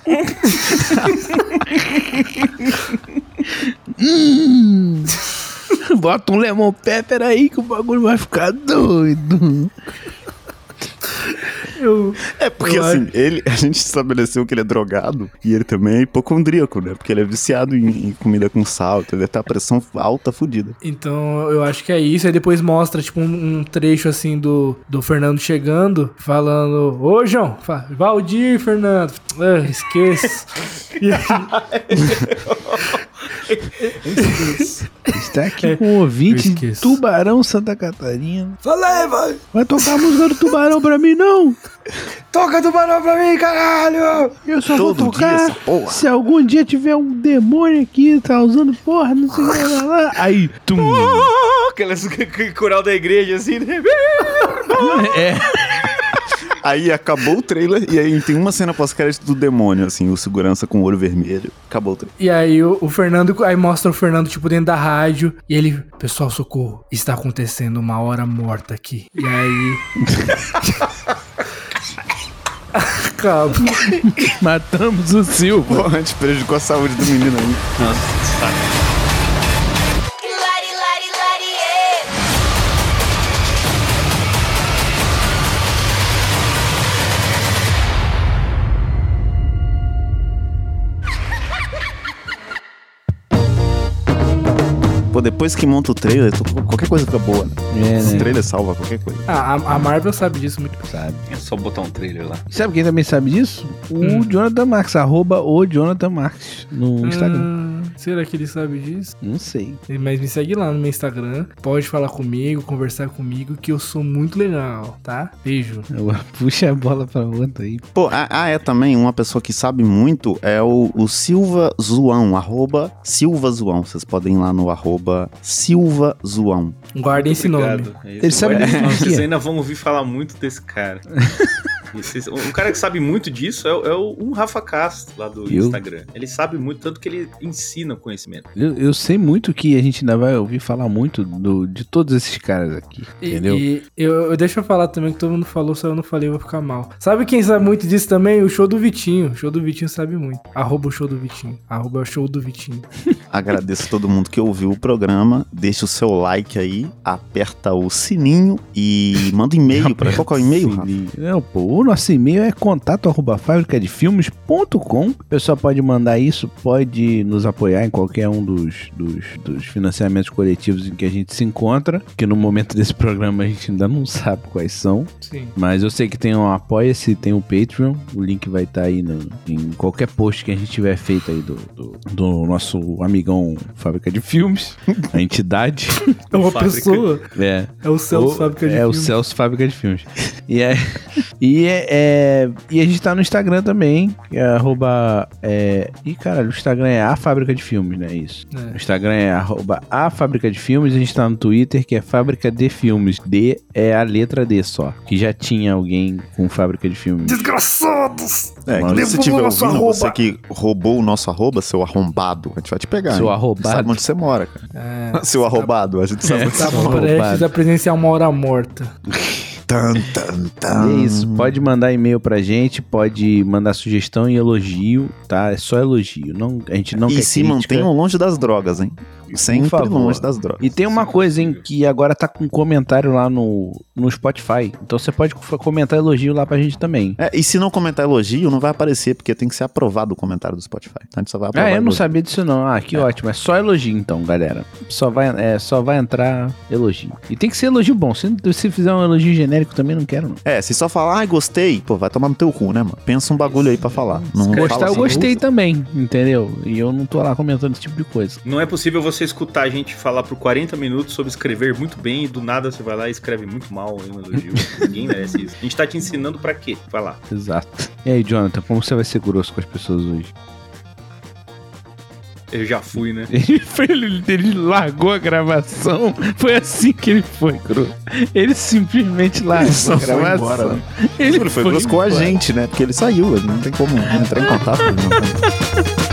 hum. Bota um lemon pepper aí que o bagulho vai ficar doido. Eu, É porque Eu assim, ele, a gente estabeleceu que ele é drogado e ele também é hipocondríaco, né? Porque ele é viciado em, em comida com sal, então ele deve ter a pressão alta, fodida. então, eu acho que é isso. Aí depois mostra, tipo, um, um trecho, assim, do, do Fernando chegando, falando: ô, João, fa- Valdir, Fernando. Ah, esqueço. E aí, Está aqui com o ouvinte eu de esqueço. Tubarão, Santa Catarina. fala aí, vai. Vai tocar a música do Tubarão pra mim, não? Toca tubarão pra mim, caralho! Eu só Todo vou dia tocar essa porra. se algum dia tiver um demônio aqui, tá usando porra, não sei o que lá, lá. Aí, tum. Aquelas coral da igreja, assim, né? É. Aí acabou o trailer e aí tem uma cena pós-crédito do demônio, assim, o segurança com o olho vermelho. Acabou o trailer. E aí o, o Fernando, aí mostra o Fernando, tipo, dentro da rádio. E ele: pessoal, socorro, está acontecendo uma hora morta aqui. E aí... Acaba. Matamos o Silva. Pô, a gente prejudicou a saúde do menino aí. Lari, lari, lari, é. Pô, depois que monta o trailer, tu- qualquer coisa fica boa, né? É, Esse né? trailer salva qualquer coisa. Ah, a, a Marvel sabe disso muito bem. Sabe. É só botar um trailer lá. Sabe quem também sabe disso? O Hum. Jonathan Marques, arroba o Jonathan Marques no Instagram. Ah, será que ele sabe disso? Não sei. Mas me segue lá no meu Instagram. Pode falar comigo, conversar comigo, que eu sou muito legal, tá? Beijo. Eu- Puxa a bola pra outra aí. Pô, ah, ah, é também uma pessoa que sabe muito é o, o Silva Zoão, arroba Silva Zoão. Vocês podem ir lá no arroba Silva Zoão. Guardem esse nome. Obrigado. É isso. Ele sabe Ué, de quê? Vocês ainda vão ouvir falar muito desse cara. Esse, um cara que sabe muito disso é, é o, um Rafa Castro, lá do eu? Instagram. Ele sabe muito, tanto que ele ensina o conhecimento. Eu, eu sei muito que a gente ainda vai ouvir falar muito do, de todos esses caras aqui, e, entendeu? E eu, eu deixa eu falar também que todo mundo falou, só eu não falei, eu vou ficar mal. Sabe quem sabe muito disso também? O Show do Vitinho. O Show do Vitinho sabe muito. Arroba o Show do Vitinho. Arroba o Show do Vitinho. Agradeço a todo mundo que ouviu o programa. Deixa o seu like aí, aperta o sininho e manda um e-mail pra... Qual que é o e-mail, Rafa? Não, pô, o nosso e-mail é contato arroba fábrica de filmes ponto com. O pessoal pode mandar isso, pode nos apoiar em qualquer um dos, dos, dos financiamentos coletivos em que a gente se encontra, que no momento desse programa a gente ainda não sabe quais são. Sim. Mas eu sei que tem um Apoia-se, tem o Patreon, o link vai estar aí no, em qualquer post que a gente tiver feito aí do, do, do nosso amigão Fábrica de Filmes, a entidade. É uma Fábrica. pessoa. É. É o Celso O- Fábrica de É Filmes. o Celso Fábrica de Filmes. E, é, e, é, é- e a gente tá no Instagram também, que é arroba... É, e caralho, o Instagram é a Fábrica de Filmes, né? Isso. É. O Instagram é arroba a Fábrica de Filmes, a gente tá no Twitter, que é Fábrica de Filmes. D é a letra D só, que já tinha alguém com Fábrica de Filmes. Desgraçados! É, Mas que se você levou estiver o nosso ouvindo, arroba. você que roubou o nosso arroba, seu arrombado, a gente vai te pegar. Seu hein? arrombado. Sabe onde você mora, cara. É, Seu arrombado, a gente sabe onde tá você mora. prestes arrombado. a presenciar uma hora morta. Tan, tan, tan. E é isso, pode mandar e-mail pra gente, pode mandar sugestão e elogio, tá? É só elogio, não, a gente não E quer se crítica. mantenham longe das drogas, hein? Sempre favor. longe das drogas. E tem uma coisa, hein, que agora tá com comentário lá no, no Spotify. Então você pode co- comentar elogio lá pra gente também. É, e se não comentar elogio, não vai aparecer, porque tem que ser aprovado o comentário do Spotify. Então a gente só vai aprovar Ah, eu não elogio. sabia disso não. Ah, que ótimo. É só elogio então, galera. Só vai, é, só vai entrar elogio. E tem que ser elogio bom. Se, se fizer um elogio genérico também, não quero não. É, se só falar, ai, gostei, pô, vai tomar no teu cu, né, mano? Pensa um bagulho aí pra falar. Não Gostar, fala eu assim, gostei também, entendeu? E eu não tô lá comentando esse tipo de coisa. Não é possível você escutar a gente falar por quarenta minutos sobre escrever muito bem e do nada você vai lá e escreve muito mal em um elogio. Ninguém merece isso. A gente tá te ensinando pra quê? Vai lá. Exato. E aí, Jonathan, como você vai ser grosso com as pessoas hoje? Eu já fui, né? Ele, foi- ele, ele largou a gravação. Foi assim que ele foi, grosso. Ele simplesmente largou só a foi gravação. embora, né? Ele Ele foi grosso com a embora. gente, né? Porque ele saiu, ele não tem como entrar em contato. Não.